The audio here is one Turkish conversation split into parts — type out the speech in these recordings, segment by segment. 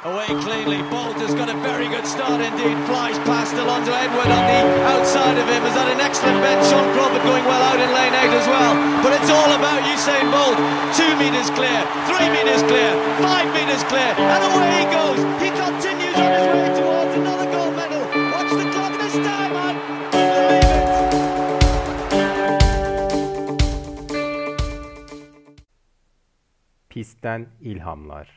Away cleanly, Bolt has got a very good start indeed, flies past Alonso Edward on the outside of him, has had an excellent bend, Sean Crawford going well out in lane 8 as well, but it's all about Usain Bolt, 2 metres clear, 3 metres clear, 5 metres clear, and away he goes, he continues on his way towards another gold medal, watch the clock this time, man, believe it! Pistten ilhamlar.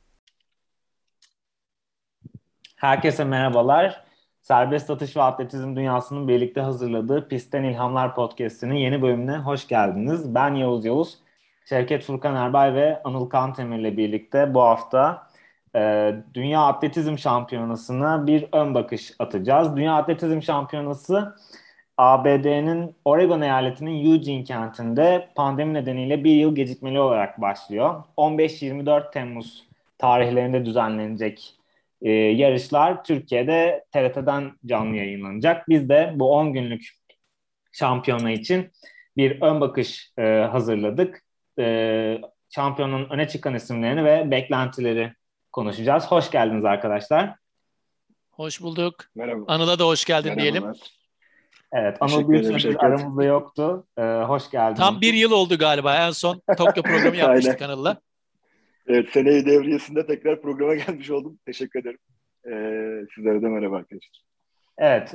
Herkese merhabalar. Serbest atış ve atletizm dünyasının birlikte hazırladığı Pistten İlhamlar Podcast'inin yeni bölümüne hoş geldiniz. Ben Yavuz, Şevket Furkan Erbay ve Anıl Kantemir ile birlikte bu hafta Dünya Atletizm Şampiyonası'na bir ön bakış atacağız. Dünya Atletizm Şampiyonası ABD'nin Oregon eyaletinin Eugene kentinde pandemi nedeniyle bir yıl gecikmeli olarak başlıyor. 15-24 Temmuz tarihlerinde düzenlenecek yarışlar Türkiye'de TRT'den canlı yayınlanacak. Biz de bu 10 günlük şampiyona için bir ön bakış hazırladık. Şampiyonun öne çıkan isimlerini ve beklentileri konuşacağız. Hoş geldiniz arkadaşlar. Hoş bulduk. Merhaba. Anıl'a da hoş geldin Merhabalar. diyelim. Evet, Anıl bir süredir aramızda yoktu. Hoş geldin. Tam bir yıl oldu galiba. En son Tokyo programı yapmıştık Anıl'la. Evet, seneye devriyesinde tekrar programa gelmiş oldum. Teşekkür ederim. Sizlere de merhaba arkadaşlar. Evet,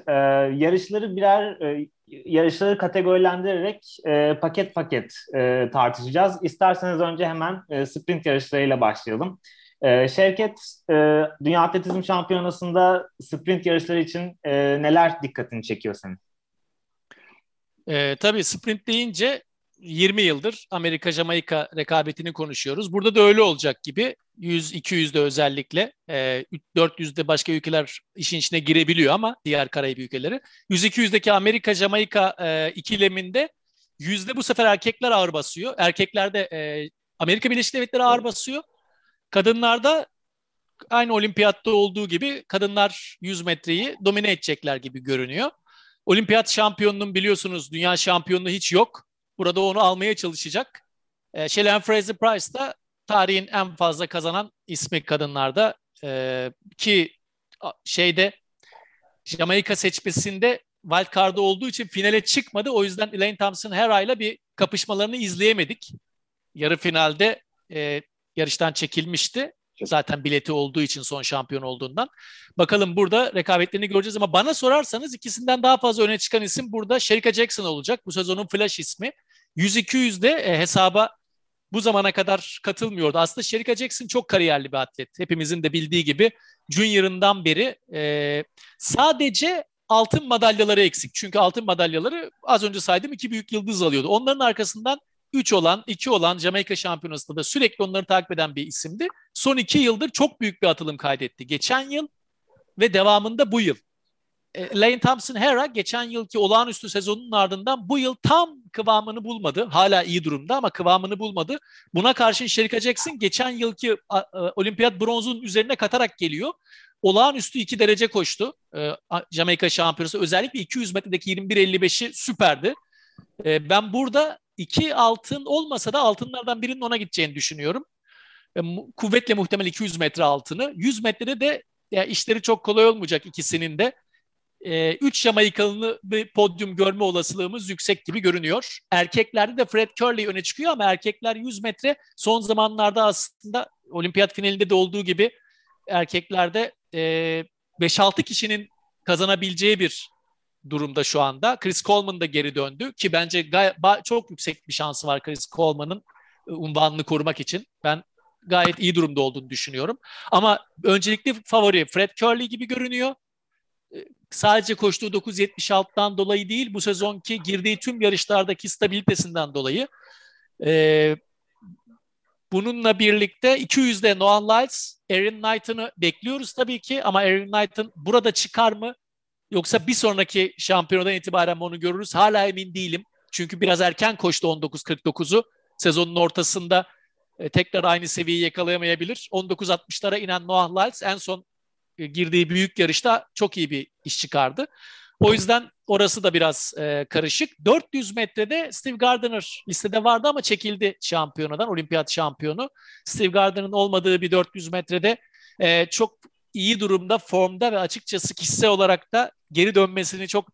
yarışları kategorilendirerek paket tartışacağız. İsterseniz önce hemen sprint yarışlarıyla başlayalım. Şevket, Dünya Atletizm Şampiyonası'nda sprint yarışları için neler dikkatini çekiyor senin? Tabii sprint deyince 20 yıldır Amerika-Jamaika rekabetini konuşuyoruz. Burada da öyle olacak gibi. 100-200'de özellikle 400'de başka ülkeler işin içine girebiliyor ama diğer Karayip ülkeleri. 100-200'deki Amerika-Jamaika ikileminde yüzde bu sefer erkekler ağır basıyor. Erkeklerde Amerika Birleşik Devletleri ağır basıyor. Kadınlarda aynı olimpiyatta olduğu gibi kadınlar 100 metreyi domine edecekler gibi görünüyor. Olimpiyat şampiyonunun biliyorsunuz dünya şampiyonluğu hiç yok. Burada onu almaya çalışacak. Shelly Fraser Price da tarihin en fazla kazanan ismi kadınlarda. Ki Jamaika seçmesinde wild card'ı olduğu için finale çıkmadı. O yüzden Elaine Thompson-Herah'yla bir kapışmalarını izleyemedik. Yarı finalde yarıştan çekilmişti. Zaten bileti olduğu için son şampiyon olduğundan. Bakalım burada rekabetlerini göreceğiz ama bana sorarsanız ikisinden daha fazla öne çıkan isim burada Shericka Jackson olacak. Bu sezonun flash ismi. 100-200'de hesaba bu zamana kadar katılmıyordu. Aslında Shericka Jackson çok kariyerli bir atlet. Hepimizin de bildiği gibi Junior'ından beri sadece altın madalyaları eksik. Çünkü altın madalyaları az önce saydım 2 büyük yıldız alıyordu. Onların arkasından 2 olan Jamaika Şampiyonası'nda da sürekli onları takip eden bir isimdi. Son 2 yıldır çok büyük bir atılım kaydetti. Geçen yıl ve devamında bu yıl. Elaine Thompson-Herah geçen yılki olağanüstü sezonun ardından bu yıl tam kıvamını bulmadı. Hala iyi durumda ama kıvamını bulmadı. Buna karşın Shericka Jackson geçen yılki olimpiyat bronzunun üzerine katarak geliyor. Olağanüstü 2 derece koştu. Jamaika Şampiyonası özellikle 200 metredeki 21.55'i süperdi. Ben burada 2 altın olmasa da altınlardan birinin ona gideceğini düşünüyorum. Kuvvetle muhtemel 200 metre altını. 100 metrede de işleri çok kolay olmayacak ikisinin de. 3 Jamaikalı'nı bir podyum görme olasılığımız yüksek gibi görünüyor. Erkeklerde de Fred Kerley öne çıkıyor ama erkekler 100 metre son zamanlarda aslında olimpiyat finalinde de olduğu gibi erkeklerde 5-6 kişinin kazanabileceği bir durumda şu anda. Chris Coleman da geri döndü ki bence çok yüksek bir şansı var Chris Coleman'ın unvanını korumak için. Ben gayet iyi durumda olduğunu düşünüyorum. Ama öncelikli favori Fred Kerley gibi görünüyor. Sadece koştuğu 9.76'dan dolayı değil, bu sezonki girdiği tüm yarışlardaki stabilitesinden dolayı. Bununla birlikte 200'de Noah Lyles, Erin Knighton'ı bekliyoruz tabii ki ama Erin Knighton burada çıkar mı? Yoksa bir sonraki şampiyonadan itibaren mi onu görürüz? Hala emin değilim. Çünkü biraz erken koştu 19.49'u. Sezonun ortasında tekrar aynı seviyeyi yakalayamayabilir. 19.60'lara inen Noah Lyles en son girdiği büyük yarışta çok iyi bir iş çıkardı. O yüzden orası da biraz karışık. 400 metrede Steve Gardner listede vardı ama çekildi şampiyonadan, olimpiyat şampiyonu. Steve Gardner'ın olmadığı bir 400 metrede Çok iyi durumda, formda ve açıkçası kişisel olarak da geri dönmesini çok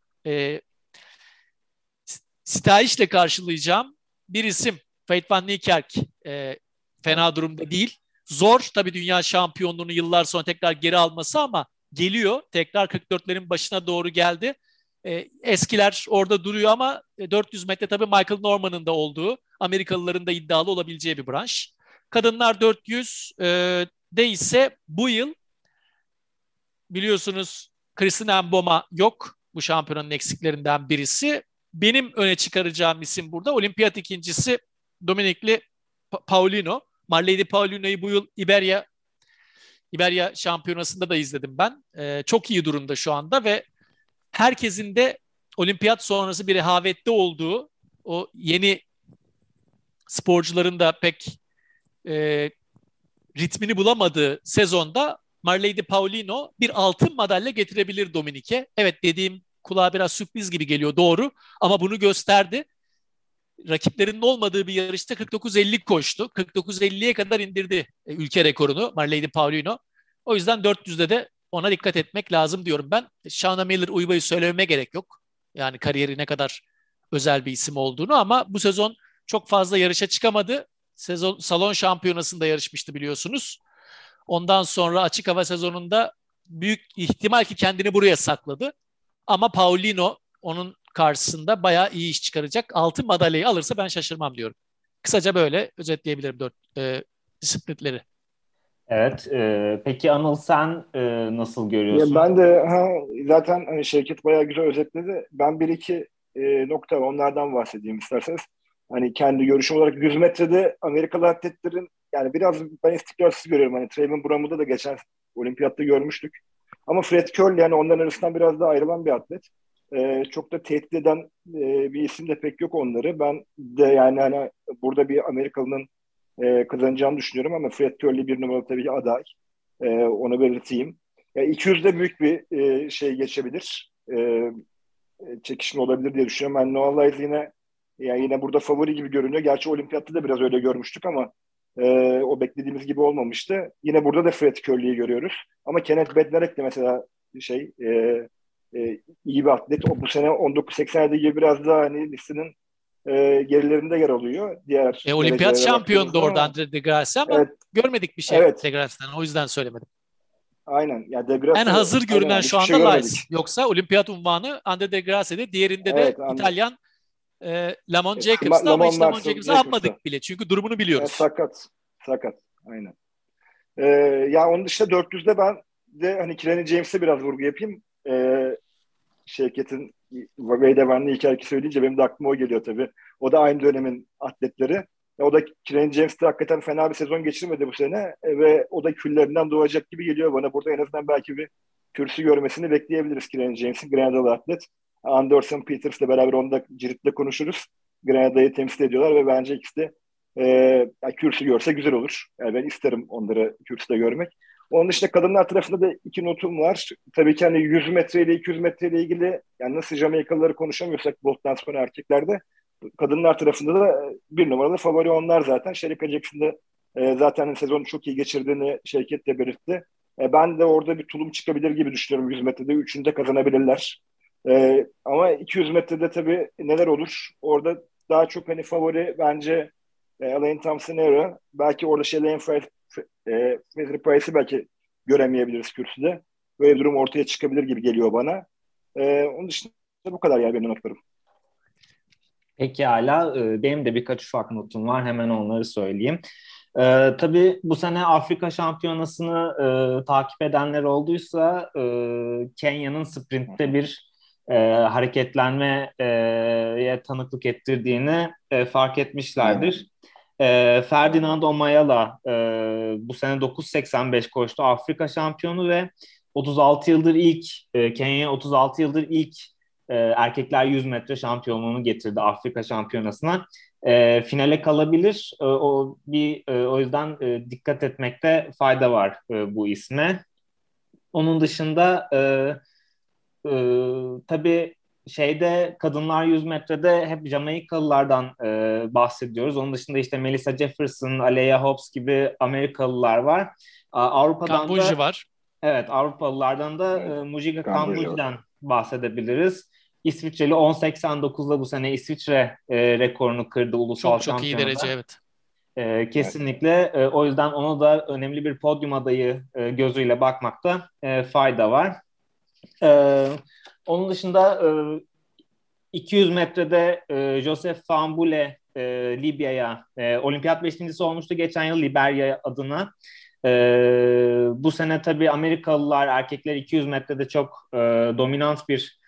sitayişle karşılayacağım bir isim. Fate van Niekerk fena durumda değil. Zor tabii dünya şampiyonluğunu yıllar sonra tekrar geri alması ama geliyor. Tekrar 44'lerin başına doğru geldi. Eskiler orada duruyor ama 400 metre tabii Michael Norman'ın da olduğu, Amerikalıların da iddialı olabileceği bir branş. Kadınlar 400 de ise bu yıl biliyorsunuz Kristin Mboma yok. Bu şampiyonanın eksiklerinden birisi. Benim öne çıkaracağım isim burada. Olimpiyat ikincisi Dominikli Paulino. Marley Paulino'yu bu yıl İberya şampiyonasında da izledim ben. Çok iyi durumda şu anda ve herkesin de olimpiyat sonrası bir rehavette olduğu, o yeni sporcuların da pek ritmini bulamadığı sezonda Marley Paulino bir altın madalya getirebilir Dominik'e. Evet, dediğim kulağa biraz sürpriz gibi geliyor, doğru, ama bunu gösterdi. Rakiplerinin olmadığı bir yarışta 49.50 koştu. 49.50'ye kadar indirdi ülke rekorunu Marley Paulino. O yüzden 400'de de ona dikkat etmek lazım diyorum ben. Shauna Miller Uyba'yı söylememe gerek yok. Yani kariyeri ne kadar özel bir isim olduğunu, ama bu sezon çok fazla yarışa çıkamadı. Salon şampiyonasında yarışmıştı biliyorsunuz. Ondan sonra açık hava sezonunda büyük ihtimal ki kendini buraya sakladı. Ama Paulino onun karşısında bayağı iyi iş çıkaracak. Altın madalyayı alırsa ben şaşırmam diyorum. Kısaca böyle özetleyebilirim disiplinleri. Evet. Peki Anıl, sen nasıl Ya görüyorsun? ben de zaten hani Şevket bayağı güzel özetledi. Ben bir iki nokta onlardan bahsedeyim isterseniz. Hani kendi görüşüm olarak 100 metrede Amerikalı atletlerin yani biraz ben istikrarsız görüyorum. Hani Trayvon Brum'u da geçen olimpiyatta görmüştük. Ama Fred Curl yani onların arasından biraz daha ayrılan bir atlet. Çok da tehdit eden bir isim de pek yok onları. Ben de yani hani burada bir Amerikalı'nın kazanacağını düşünüyorum ama Fred Curley bir numaralı tabii ki aday. Onu belirteyim. Ya 200'de büyük bir şey geçebilir. Çekişme olabilir diye düşünüyorum. Ben Noah Lyles yine burada favori gibi görünüyor. Gerçi olimpiyatta da biraz öyle görmüştük ama o beklediğimiz gibi olmamıştı. Yine burada da Fred Curley'i görüyoruz. Ama Kenneth Bednarek de mesela iyi bir atlet. O bu sene 1987 gibi biraz daha hani listenin gerilerinde yer alıyor. Diğer Olimpiyat derecelere şampiyonu da baktığımızda orada ama Andre de Grasse, ama evet, görmedik bir şey evet, de Grasse'den. O yüzden söylemedim. aynen. Ya De En Grasse hazır aynen görünen yani şu hiçbir şey anda görmedik. Lyles. Yoksa olimpiyat unvanı Andre de Grasse'de, diğerinde de Evet, İtalyan Lamont Jacobs'ta, ama Lamont hiç Lamont Marcel Jacobs'ı Jacobs'ta. anmadık bile. Çünkü durumunu biliyoruz. Sakat. Sakat. Aynen. Ee, Ya onun dışında 400'de ben de hani Killian James'e biraz vurgu yapayım. Şevket'in Vade Van Niekerk'i söyleyince benim de aklıma o geliyor tabii. O da aynı dönemin atletleri. O da Killian James de hakikaten fena bir sezon geçirmedi bu sene ve o da küllerinden doğacak gibi geliyor bana. Burada en azından belki bir kürsü görmesini bekleyebiliriz Killian James'in. Grenadalı atlet. Anderson Peters'la beraber onu da Cirit'le konuşuruz. Grenada'yı temsil ediyorlar ve bence ikisi de kürsü görse güzel olur. Yani ben isterim onları kürsüde görmek. Onun dışında kadınlar tarafında da iki notum var. Tabii ki hani 100 metreyle 200 metreyle ilgili yani nasıl Jamaikalıları konuşamıyorsak Bolt'tan sonra erkeklerde kadınlar tarafında da bir numaralı favori onlar zaten. Shericka Jackson da zaten sezonu çok iyi geçirdiğini Şevket de belirtti. Ben de orada bir tulum çıkabilir gibi düşünüyorum 100 metrede. Üçünde kazanabilirler. Ama 200 metrede tabii neler olur? Orada daha çok hani favori bence Elaine Thompson-Herah. Belki orada Shelley Fraser Price'ı belki göremeyebiliriz kürsüde. Böyle bir durum ortaya çıkabilir gibi geliyor bana. Onun dışında bu kadar yani benim notlarım. Peki hala benim de birkaç ufak notum var. Hemen onları söyleyeyim. Tabii bu sene Afrika Şampiyonası'nı takip edenler olduysa Kenya'nın sprintte bir hareketlenmeye tanıklık ettirdiğini fark etmişlerdir. Ferdinand Omayala bu sene 9.85 koştu, Afrika şampiyonu ve 36 yıldır Kenya'ya 36 yıldır ilk erkekler 100 metre şampiyonluğunu getirdi Afrika şampiyonasına. Finale kalabilir. O yüzden dikkat etmekte fayda var bu isme. Onun dışında tabii şeyde kadınlar 100 metrede hep Jamaikalılardan bahsediyoruz. Onun dışında işte Melissa Jefferson, Aliyah Hobbs gibi Amerikalılar var. Avrupa'dan Kamboja da var. evet Avrupalılardan da Evet, Mujica Kamboja var. Kamboj'dan bahsedebiliriz. İsviçreli 10.89'da bu sene İsviçre rekorunu kırdı ulusal Çok çok iyi derece, şampiyonada. evet. Kesinlikle. O yüzden ona da önemli bir podyum adayı gözüyle bakmakta fayda var. E, Onun dışında 200 metrede Joseph Fahnbulleh Libya'ya olimpiyat beşincisi olmuştu geçen yıl Liberya adına. E, Bu sene tabii Amerikalılar erkekler 200 metrede çok dominant bir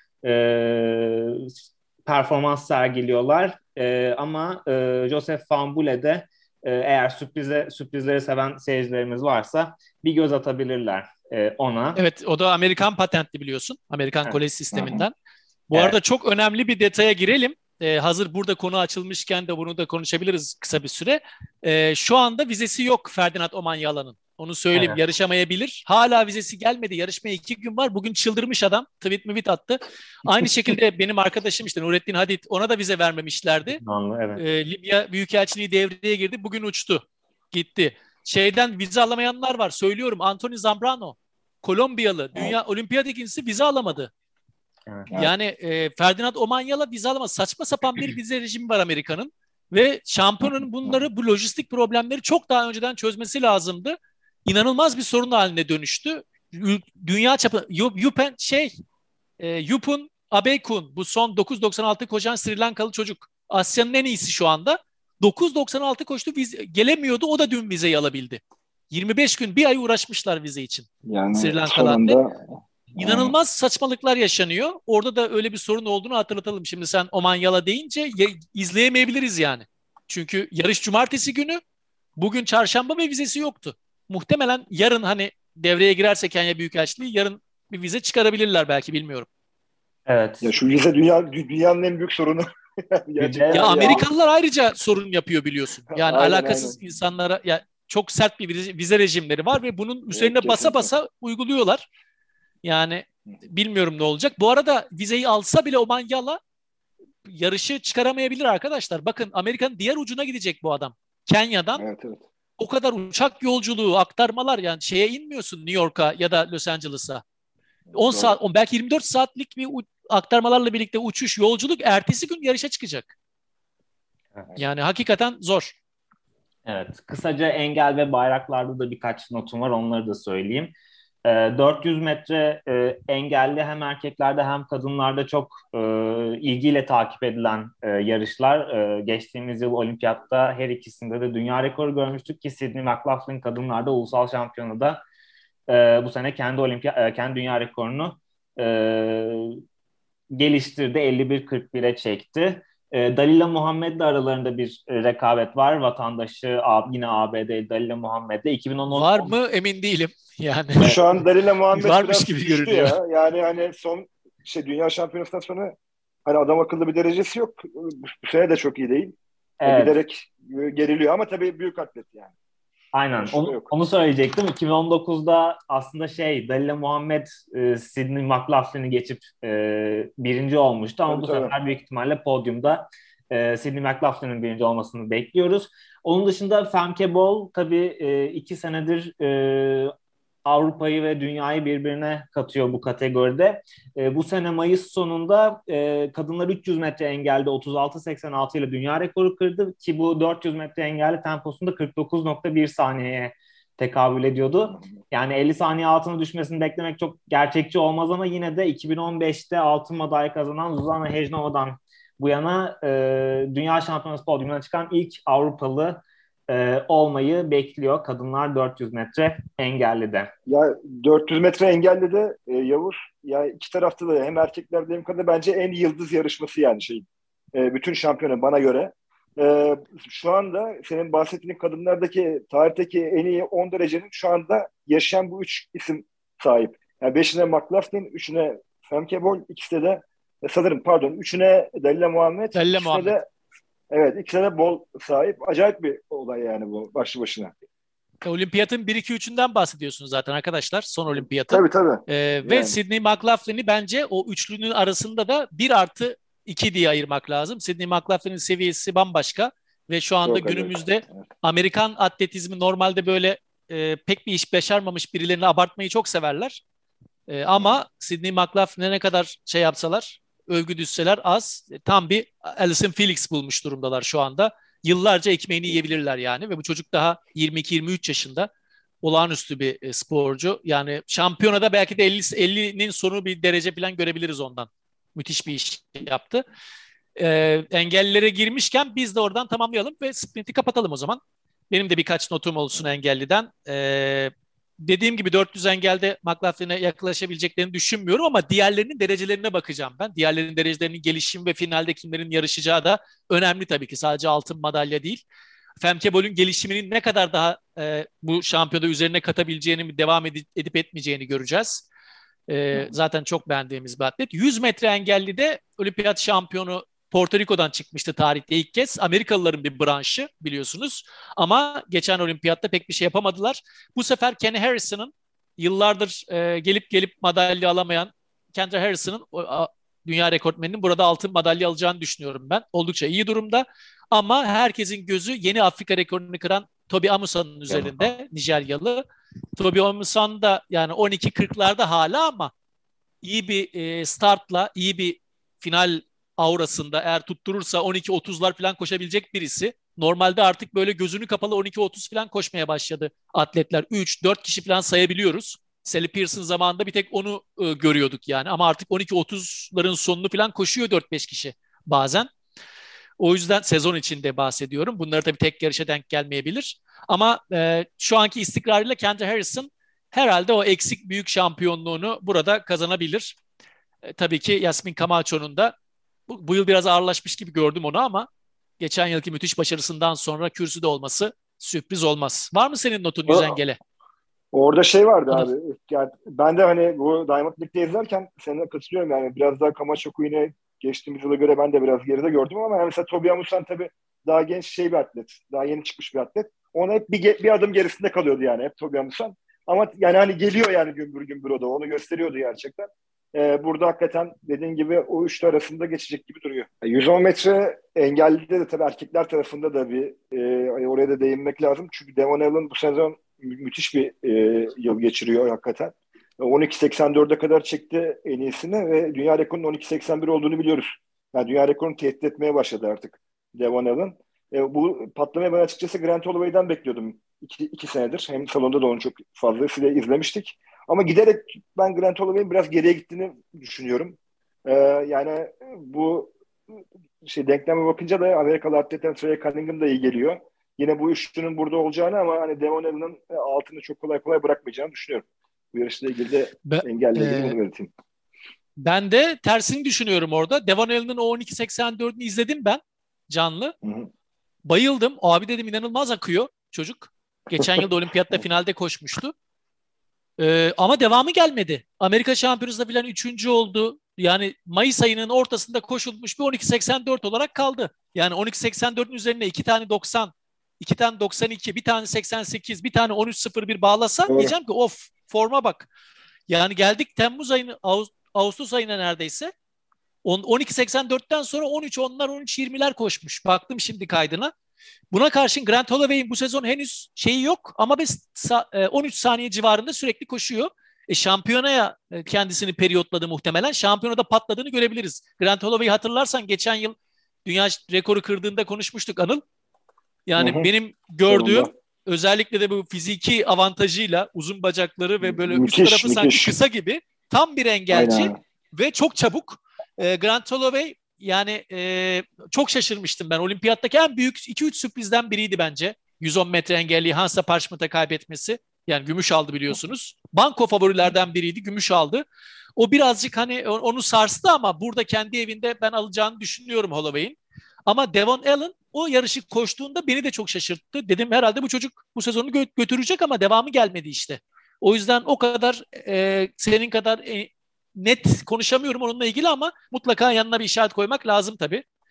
performans sergiliyorlar. Ama Joseph Fahnbulleh de eğer sürprizleri seven seyircilerimiz varsa bir göz atabilirler ona. Evet, o da Amerikan patentli biliyorsun. Amerikan Evet. kolej Hı hı. sisteminden. Bu Evet. arada çok önemli bir detaya girelim. Hazır burada konu açılmışken de bunu da konuşabiliriz kısa bir süre. Şu anda vizesi yok Ferdinand Omanyala'nın. Onu söyleyeyim, Evet. yarışamayabilir. Hala vizesi gelmedi. Yarışmaya 2 gün var. Bugün çıldırmış adam. Tweet attı. Aynı şekilde benim arkadaşım işte Nurettin Hadid, ona da vize vermemişlerdi. Evet. Libya Büyükelçiliği devreye girdi. Bugün uçtu. Gitti. Şeyden vize alamayanlar var. Söylüyorum, Anthony Zambrano. Kolombiyalı. Evet, Dünya olimpiyat ikincisi vize alamadı. Evet. Yani Ferdinand Omanyala vize alamaz. Saçma sapan bir vize rejimi var Amerika'nın. Ve şampiyonun bunları, bu lojistik problemleri çok daha önceden çözmesi lazımdı. İnanılmaz bir sorun haline dönüştü. Dünya çapı Yupun Abeykun, bu son 9.96 koşan Sri Lankalı çocuk. Asya'nın en iyisi şu anda. 9.96 koştu, gelemiyordu. O da dün vizeyi alabildi. 25 gün, bir ay uğraşmışlar vize için Sri yani Lankalı atlet. sonunda İnanılmaz saçmalıklar yaşanıyor. Orada da öyle bir sorun olduğunu hatırlatalım. Şimdi sen Omanyala deyince izleyemeyebiliriz yani. Çünkü yarış cumartesi günü, bugün çarşamba ve vizesi yoktu. Muhtemelen yarın hani devreye girerse Kenya Büyükelçiliği, yarın bir vize çıkarabilirler belki, bilmiyorum. Evet. ya şu vize dünyanın en büyük sorunu. Bir Gerçekten Ya de öyle yani. Amerikalılar ayrıca sorun yapıyor biliyorsun. Yani Aynen aynen. alakasız insanlara ya, çok sert bir vize rejimleri var ve bunun Evet, üzerine basa kesinlikle. basa uyguluyorlar. Yani bilmiyorum ne olacak. Bu arada vizeyi alsa bile Omanyala yarışı çıkaramayabilir arkadaşlar. Bakın, Amerika'nın diğer ucuna gidecek bu adam. Kenya'dan Evet evet. o kadar uçak yolculuğu, aktarmalar, yani şeye inmiyorsun, New York'a ya da Los Angeles'a. 10 Doğru. saat, belki 24 saatlik bir aktarmalarla birlikte uçuş, yolculuk, ertesi gün yarışa çıkacak. Yani hakikaten zor. Evet, kısaca engel ve bayraklarda da birkaç notum var, onları da söyleyeyim. 400 metre engelli hem erkeklerde hem kadınlarda çok ilgiyle takip edilen yarışlar. Geçtiğimiz yıl olimpiyatta her ikisinde de dünya rekoru görmüştük ki Sydney McLaughlin kadınlarda ulusal şampiyonada bu sene kendi dünya rekorunu e, geliştirdi, 51.41'e çekti. Dalila Muhammed'le aralarında bir rekabet var. Vatandaşı yine ABD Dalila Muhammed'le 2010 Var mı emin değilim. Yani Şu an Dalila Muhammed varmış biraz gibi düştü görünüyor. ya. Yani hani son dünya şampiyonasından sonra hani adam akıllı bir derecesi yok. Bu sene de çok iyi değil. evet, Giderek geriliyor ama tabii büyük atlet yani. aynen Şüphe onu, yok. onu söyleyecektim. 2019'da aslında Dalila Muhammed Sydney McLaughlin'i geçip birinci olmuştu ama Tabii bu tabii. sefer büyük ihtimalle podyumda Sydney McLaughlin'in birinci olmasını bekliyoruz. Onun dışında Femke Bol tabii 2 senedir Avrupa'yı ve dünyayı birbirine katıyor bu kategoride. Bu sene Mayıs sonunda kadınlar 300 metre engelde 36.86 ile dünya rekoru kırdı ki bu 400 metre engelli temposunda 49.1 saniyeye tekabül ediyordu. Yani 50 saniye altına düşmesini beklemek çok gerçekçi olmaz ama yine de 2015'te altın madalya kazanan Zuzana Hejnova'dan bu yana dünya şampiyonası podyumuna çıkan ilk Avrupalı olmayı bekliyor kadınlar 400 metre engelli de. Ya 400 metre engelli de Yavuz, ya iki tarafta da hem erkeklerde hem kadında bence en yıldız yarışması yani bütün şampiyona bana göre. Şu anda senin bahsettiğin kadınlardaki tarihteki en iyi 10 derecenin şu anda yaşayan bu üç isim sahip. Yani 5'ine McLaughlin, 3'üne Femke Bol, ikisi de sanırım pardon 3'üne Dalila Muhammed, Dalila ikisine Muhammed. de evet ikisine de Bol sahip. Acayip bir olay yani bu başlı başına. Olimpiyatın 1-2-3'ünden bahsediyorsunuz zaten arkadaşlar. Son olimpiyatın. Tabii tabii. Ve Yani. Sydney McLaughlin'i bence o üçlünün arasında da 1+2 diye ayırmak lazım. Sydney McLaughlin'in seviyesi bambaşka ve şu anda Çok acayip. günümüzde Evet. Amerikan atletizmi normalde böyle pek bir iş başarmamış birilerini abartmayı çok severler. Ama Sydney McLaughlin'e ne kadar şey yapsalar, övgü düşseler az. Tam bir Allyson Felix bulmuş durumdalar şu anda. Yıllarca ekmeğini yiyebilirler yani ve bu çocuk daha 22-23 yaşında. Olağanüstü bir sporcu. Yani şampiyonada belki de 50'nin sonu bir derece falan görebiliriz ondan. Müthiş bir iş yaptı. Engellilere girmişken biz de oradan tamamlayalım ve sprinti kapatalım o zaman. Benim de birkaç notum olsun engelliden. Dediğim gibi 400 engelde McLaughlin'e yaklaşabileceklerini düşünmüyorum ama diğerlerinin derecelerine bakacağım ben. Diğerlerinin derecelerinin gelişim ve finalde kimlerin yarışacağı da önemli tabii ki. Sadece altın madalya değil. Femke Bol'ün gelişiminin ne kadar daha bu şampiyonada üzerine katabileceğini, devam edip etmeyeceğini göreceğiz. Zaten çok beğendiğimiz bir atlet. 100 metre engelli de olimpiyat şampiyonu Porto Rico'dan çıkmıştı tarihte ilk kez. Amerikalıların bir branşı biliyorsunuz. Ama geçen olimpiyatta pek bir şey yapamadılar. Bu sefer Kenny Harrison'ın yıllardır gelip madalya alamayan Kendra Harrison'ın dünya rekortmeninin burada altın madalya alacağını düşünüyorum ben. Oldukça iyi durumda. Ama herkesin gözü yeni Afrika rekorunu kıran Tobi Amusa'nın üzerinde, Nijeryalı. Tobi Amusan da yani 12.40'larda hala ama iyi bir startla, iyi bir final aurasında eğer tutturursa 12.30'lar falan koşabilecek birisi. Normalde artık böyle gözünü kapalı 12.30 falan koşmaya başladı atletler. 3-4 kişi falan sayabiliyoruz. Sally Pearson zamanında bir tek onu görüyorduk yani. Ama artık 12.30'ların sonunu falan koşuyor 4-5 kişi bazen. O yüzden sezon içinde bahsediyorum. Bunları tabii tek yarışa denk gelmeyebilir. Ama şu anki istikrarıyla Kendra Harrison herhalde o eksik büyük şampiyonluğunu burada kazanabilir. Tabii ki Yasmin Camacho'nun da bu yıl biraz ağırlaşmış gibi gördüm onu ama geçen yılki müthiş başarısından sonra kürsüde olması sürpriz olmaz. Var mı senin notun Yüzengele? Orada şey vardı Anıl. abi. Yani ben de hani bu Diamond League'de izlerken seninle katılıyorum yani. Biraz daha Camacho yine geçtiğimiz yıla göre ben de biraz geride gördüm ama yani mesela Tobi Amusan tabii daha genç bir atlet. Daha yeni çıkmış bir atlet. Ona hep bir adım gerisinde kalıyordu yani hep Tobi Amusan. Ama yani hani geliyor yani gümbür gümbür o da. Onu gösteriyordu gerçekten. Burada hakikaten dediğin gibi o üçlü arasında geçecek gibi duruyor. 110 metre engellide de tabii erkekler tarafında da oraya da değinmek lazım. Çünkü Devon Allen bu sezon müthiş bir yıl geçiriyor hakikaten. 12.84'e kadar çekti en iyisini ve dünya rekorunun 12.81 olduğunu biliyoruz. Yani dünya rekorunu tehdit etmeye başladı artık Devon Allen. Bu patlamayı ben açıkçası Grant Holloway'den bekliyordum iki senedir. Hem salonda da onu çok fazla izlemiştik. Ama giderek ben Grant Holloway'in biraz geriye gittiğini düşünüyorum. Yani bu denkleme bakınca da Amerikalı atletten Trey Cunningham da iyi geliyor. Yine bu üçlünün burada olacağını ama hani Devon Allen'ın altını çok kolay bırakmayacağını düşünüyorum. Bu yarışla ilgili de engelle ilgili bunu belirteyim. Ben de tersini düşünüyorum orada. Devon Allen'ın o 12.84'ünü izledim ben canlı. Hı-hı. Bayıldım. Abi dedim inanılmaz akıyor çocuk. Geçen yılda olimpiyatta finalde koşmuştu. Ama devamı gelmedi. Amerika Şampiyonası'nda filan 3. oldu. Yani Mayıs ayının ortasında koşulmuş bir 12.84 olarak kaldı. Yani 12.84'ün üzerine 2 tane 90, 2 tane 92, bir tane 88, bir tane 13.01 bağlasa diyeceğim ki of forma bak. Yani geldik Temmuz ayını, Ağustos ayına neredeyse. 12.84'ten sonra 13.10'lar 13.20'ler koşmuş. Baktım şimdi kaydına. Buna karşın Grant Holloway'in bu sezon henüz şeyi yok ama 13 saniye civarında sürekli koşuyor. Şampiyonaya kendisini periyotladı muhtemelen. Şampiyonada patladığını görebiliriz. Grant Holloway'i hatırlarsan geçen yıl dünya rekoru kırdığında konuşmuştuk Anıl. Yani benim gördüğüm özellikle de bu fiziki avantajıyla uzun bacakları ve böyle üst tarafı sanki kısa gibi tam bir engelci ve çok çabuk. Grant Holloway yani çok şaşırmıştım ben. Olimpiyattaki en büyük 2-3 sürprizden biriydi bence. 110 metre engelli Hansa Parchment'a kaybetmesi. Yani gümüş aldı biliyorsunuz. Banko favorilerden biriydi. Gümüş aldı. O birazcık hani onu sarstı ama burada kendi evinde ben alacağını düşünüyorum Holloway'in. Ama Devon Allen o yarışı koştuğunda beni de çok şaşırttı. Dedim herhalde bu çocuk bu sezonu götürecek ama devamı gelmedi işte. O yüzden o kadar senin kadar net konuşamıyorum onunla ilgili ama mutlaka yanına bir işaret koymak lazım tabii.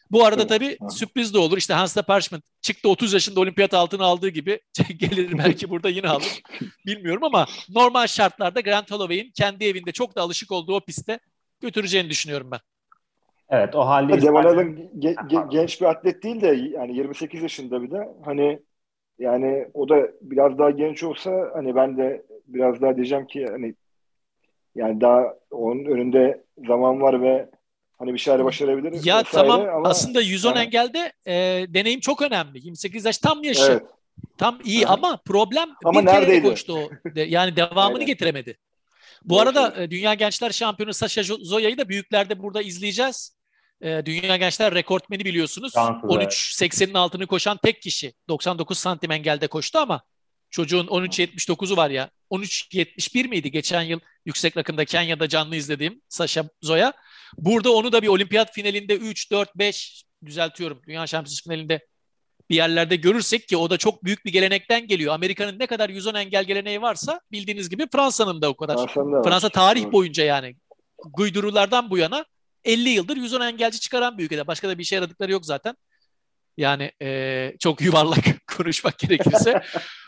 Bu arada tabii sürpriz de olur. İşte Hans Parchment çıktı 30 yaşında olimpiyat altını aldığı gibi gelir belki burada yine alır. Bilmiyorum ama normal şartlarda Grant Holloway'in kendi evinde çok da alışık olduğu o pistte götüreceğini düşünüyorum ben. Evet, o halde Devon Allen genç bir atlet değil de yani 28 yaşında bir de hani yani o da biraz daha genç olsa hani ben de biraz daha diyeceğim ki hani yani daha onun önünde zaman var ve hani bir şeyler başarabilir ya vesaire tamam ama aslında 110 engelde deneyim çok önemli. 28 yaş tam yaşı. evet. Tam iyi ama problem Ama bir kere neredeydi? koştu o. Yani devamını Aynen. getiremedi. Bu Doğru arada söylüyorsun. Dünya Gençler Şampiyonu Sasha Zoya'yı da büyüklerde burada izleyeceğiz. Dünya Gençler rekortmeni biliyorsunuz. Fransız, evet. 13.80'in altını koşan tek kişi. 99 santim engelde koştu ama çocuğun 13.79'u var ya. 13.71 miydi geçen yıl yüksek rakımda Kenya'da canlı izlediğim Sasha Zoya. Burada onu da bir olimpiyat finalinde 3, 4, 5 düzeltiyorum. Dünya Şampiyonası finalinde bir yerlerde görürsek ki o da çok büyük bir gelenekten geliyor. Amerika'nın ne kadar 110 engel geleneği varsa bildiğiniz gibi Fransa'nın da o kadar. Fransa'nın da Fransa var. tarih Evet. boyunca yani Guydurulardan bu yana 50 yıldır 110 engelci çıkaran bir ülkede. Başka da bir işe yaradıkları yok zaten. Yani çok yuvarlak konuşmak gerekirse.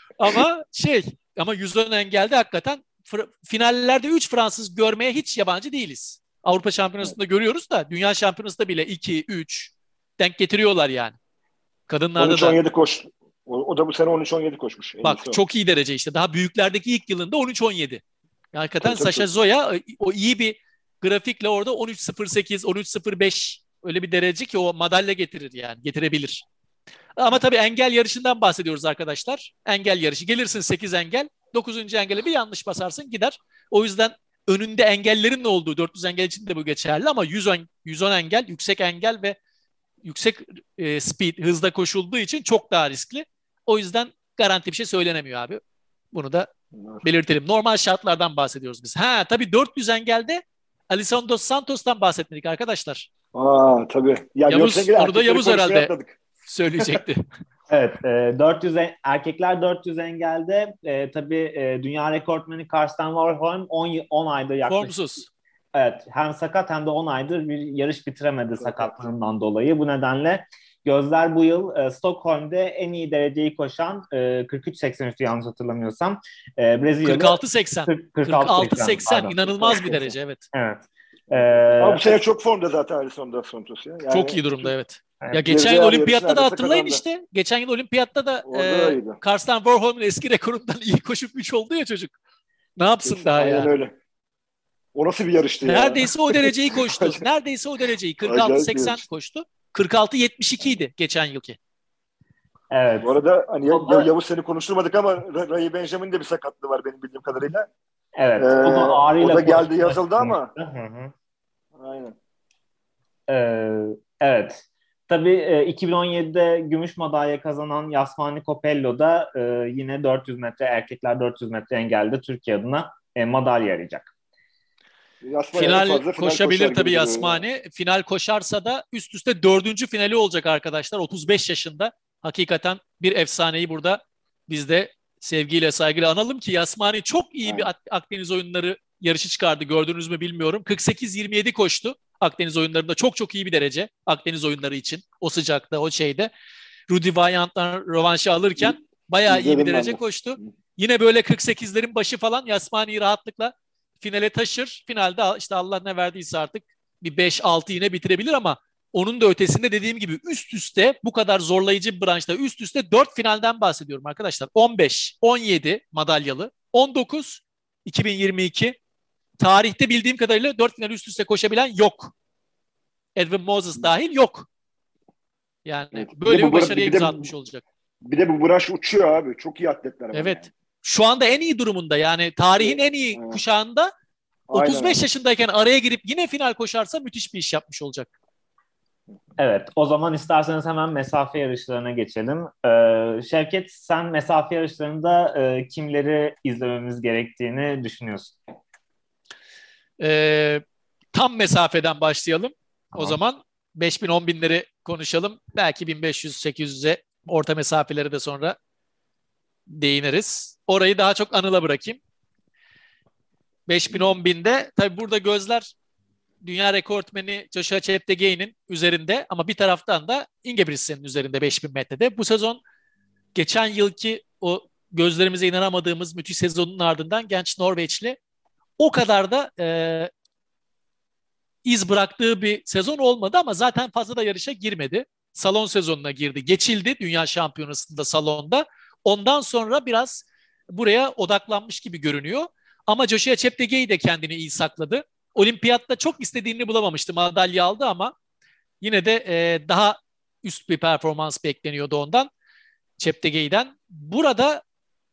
ama 110 engelde hakikaten finallerde 3 Fransız görmeye hiç yabancı değiliz. Avrupa Şampiyonası'nda görüyoruz da Dünya Şampiyonası'nda bile 2, 3 denk getiriyorlar yani. Kadınlarda da 13-17 koş. O da bu sene 13-17 koşmuş. bak çok iyi derece işte. Daha büyüklerdeki ilk yılında 13-17. Hakikaten Tabii. Sasha Zoya o iyi bir grafikle orada 13.08, 13.05 öyle bir derece ki o madalya getirir yani. Getirebilir. Ama tabii engel yarışından bahsediyoruz arkadaşlar. Engel yarışı. Gelirsin 8 engel. 9. engele bir yanlış basarsın gider. O yüzden önünde engellerin ne olduğu 400 engel için de bu geçerli ama 110 engel, yüksek engel ve yüksek speed, hızda koşulduğu için çok daha riskli. O yüzden garanti bir şey söylenemiyor abi. Bunu da belirtelim. Normal şartlardan bahsediyoruz biz. Tabii 400 engelde Alisson Dos Santos'tan bahsetmedik arkadaşlar. Tabii. Ya Yavuz, onu da Yavuz herhalde atladık. söyleyecekti. Evet, 400 erkekler 400 engelde tabii dünya rekortmeni Karsten Warholm 10 aydır yaklaşık. Formsuz. Evet, hem sakat hem de 10 aydır bir yarış bitiremedi sakatlığından dolayı. Bu nedenle gözler bu yıl Stockholm'de en iyi dereceyi koşan 43.83'tü yanlış hatırlamıyorsam. Brezilyalı 46.80. 46.80 inanılmaz bir derece evet. Evet. Ama bu sene çok formda zaten Alisson Dos Santos ya. Yani çok iyi durumda evet. Ya Evet. geçen yıl olimpiyatta da hatırlayın kazandı. işte. Geçen yıl olimpiyatta da Orada Karsten Warholm'un eski rekorundan iyi koşup 3 oldu ya çocuk. Ne yapsın daha Aynen yani? öyle. O nasıl bir yarıştı ya? Neredeyse o dereceyi koştu. Neredeyse o dereceyi. 46.80 koştu. 46.72 idi geçen yılki. Evet. Bu arada hani Yavuz seni konuşturmadık ama Ray Benjamin de bir sakatlığı var benim bildiğim kadarıyla. Evet. O da geldi yazıldı ama. Hı. Aynen. Evet. Tabii 2017'de gümüş madalya kazanan Yasmani Copello da yine 400 metre erkekler 400 metre engelde Türkiye adına madalya arayacak. Final koşabilir tabii Yasmani. Final koşarsa da üst üste 4. finali olacak arkadaşlar. 35 yaşında. Hakikaten bir efsaneyi burada biz de sevgiyle saygıyla analım ki Yasmani çok iyi bir Akdeniz oyunları yarışı çıkardı. Gördünüz mü bilmiyorum. 48-27 koştu. Akdeniz oyunlarında çok iyi bir derece. Akdeniz oyunları için. O sıcakta, o şeyde. Rudy Vaillant'tan rövanşı alırken bayağı iyi bir derece koştu. Yine böyle 48'lerin başı falan Yasmani'yi rahatlıkla finale taşır. Finalde işte Allah ne verdiyse artık bir 5-6 yine bitirebilir ama onun da ötesinde dediğim gibi üst üste bu kadar zorlayıcı bir branşta üst üste 4 finalden bahsediyorum arkadaşlar. 15, 17 madalyalı, 19, 2022 tarihte bildiğim kadarıyla 4 final üst üste koşabilen yok. Edwin Moses dahil yok. Yani evet. Böyle bir başarıya imza atmış olacak. Bir de bu branş uçuyor abi. Çok iyi atletler var. Evet. Yani. Şu anda en iyi durumunda yani tarihin en iyi kuşağında 35 yaşındayken araya girip yine final koşarsa müthiş bir iş yapmış olacak. Evet, o zaman isterseniz hemen mesafe yarışlarına geçelim. Şevket, sen mesafe yarışlarında kimleri izlememiz gerektiğini düşünüyorsun? Tam mesafeden başlayalım. Tamam. O zaman 5000 10.000'leri konuşalım. Belki 1500-800'e orta mesafeleri de sonra değiniriz. Orayı daha çok Anıl'a bırakayım. 5000 10.000'de tabii burada gözler dünya rekortmeni Joshua Cheptegei'nin üzerinde ama bir taraftan da Ingebrigtsen'in üzerinde 5000 metrede. Bu sezon geçen yılki o gözlerimize inanamadığımız müthiş sezonun ardından genç Norveçli o kadar da iz bıraktığı bir sezon olmadı ama zaten fazla da yarışa girmedi. Salon sezonuna girdi. Geçildi dünya şampiyonasında salonda. Ondan sonra biraz buraya odaklanmış gibi görünüyor. Ama Joshua Cheptegei de kendini iyi sakladı. Olimpiyatta çok istediğini bulamamıştı. Madalya aldı ama yine de daha üst bir performans bekleniyordu ondan. Cheptegei'den. Burada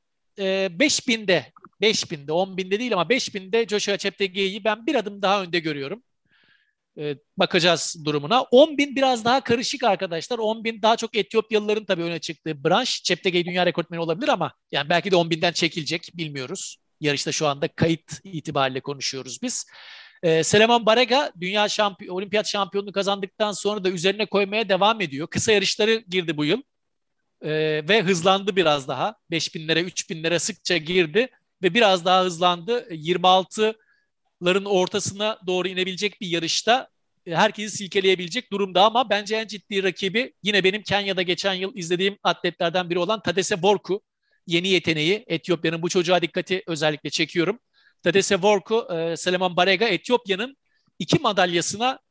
5000'de 10.000'de değil ama 5000'de Joshua Cheptegei'yi ben bir adım daha önde görüyorum. Bakacağız durumuna. 10.000 biraz daha karışık arkadaşlar. 10.000 daha çok Etiyopyalıların tabii öne çıktığı branş. Cheptegei dünya rekortmeni olabilir ama yani belki de 10.000'den çekilecek bilmiyoruz. Yarışta şu anda kayıt itibariyle konuşuyoruz biz. Selaman Barega olimpiyat şampiyonluğu kazandıktan sonra da üzerine koymaya devam ediyor. Kısa yarışları girdi bu yıl. Ve hızlandı biraz daha. 5.000'lere, 3.000'lere sıkça girdi ve biraz daha hızlandı. 26'ların ortasına doğru inebilecek bir yarışta herkesi silkeleyebilecek durumda ama bence en ciddi rakibi yine benim Kenya'da geçen yıl izlediğim atletlerden biri olan Tadesse Worku. Yeni yeteneği. Etiyopya'nın bu çocuğa dikkati özellikle çekiyorum. Tadesse Worku, Selaman Barega Etiyopya'nın 2 madalyasına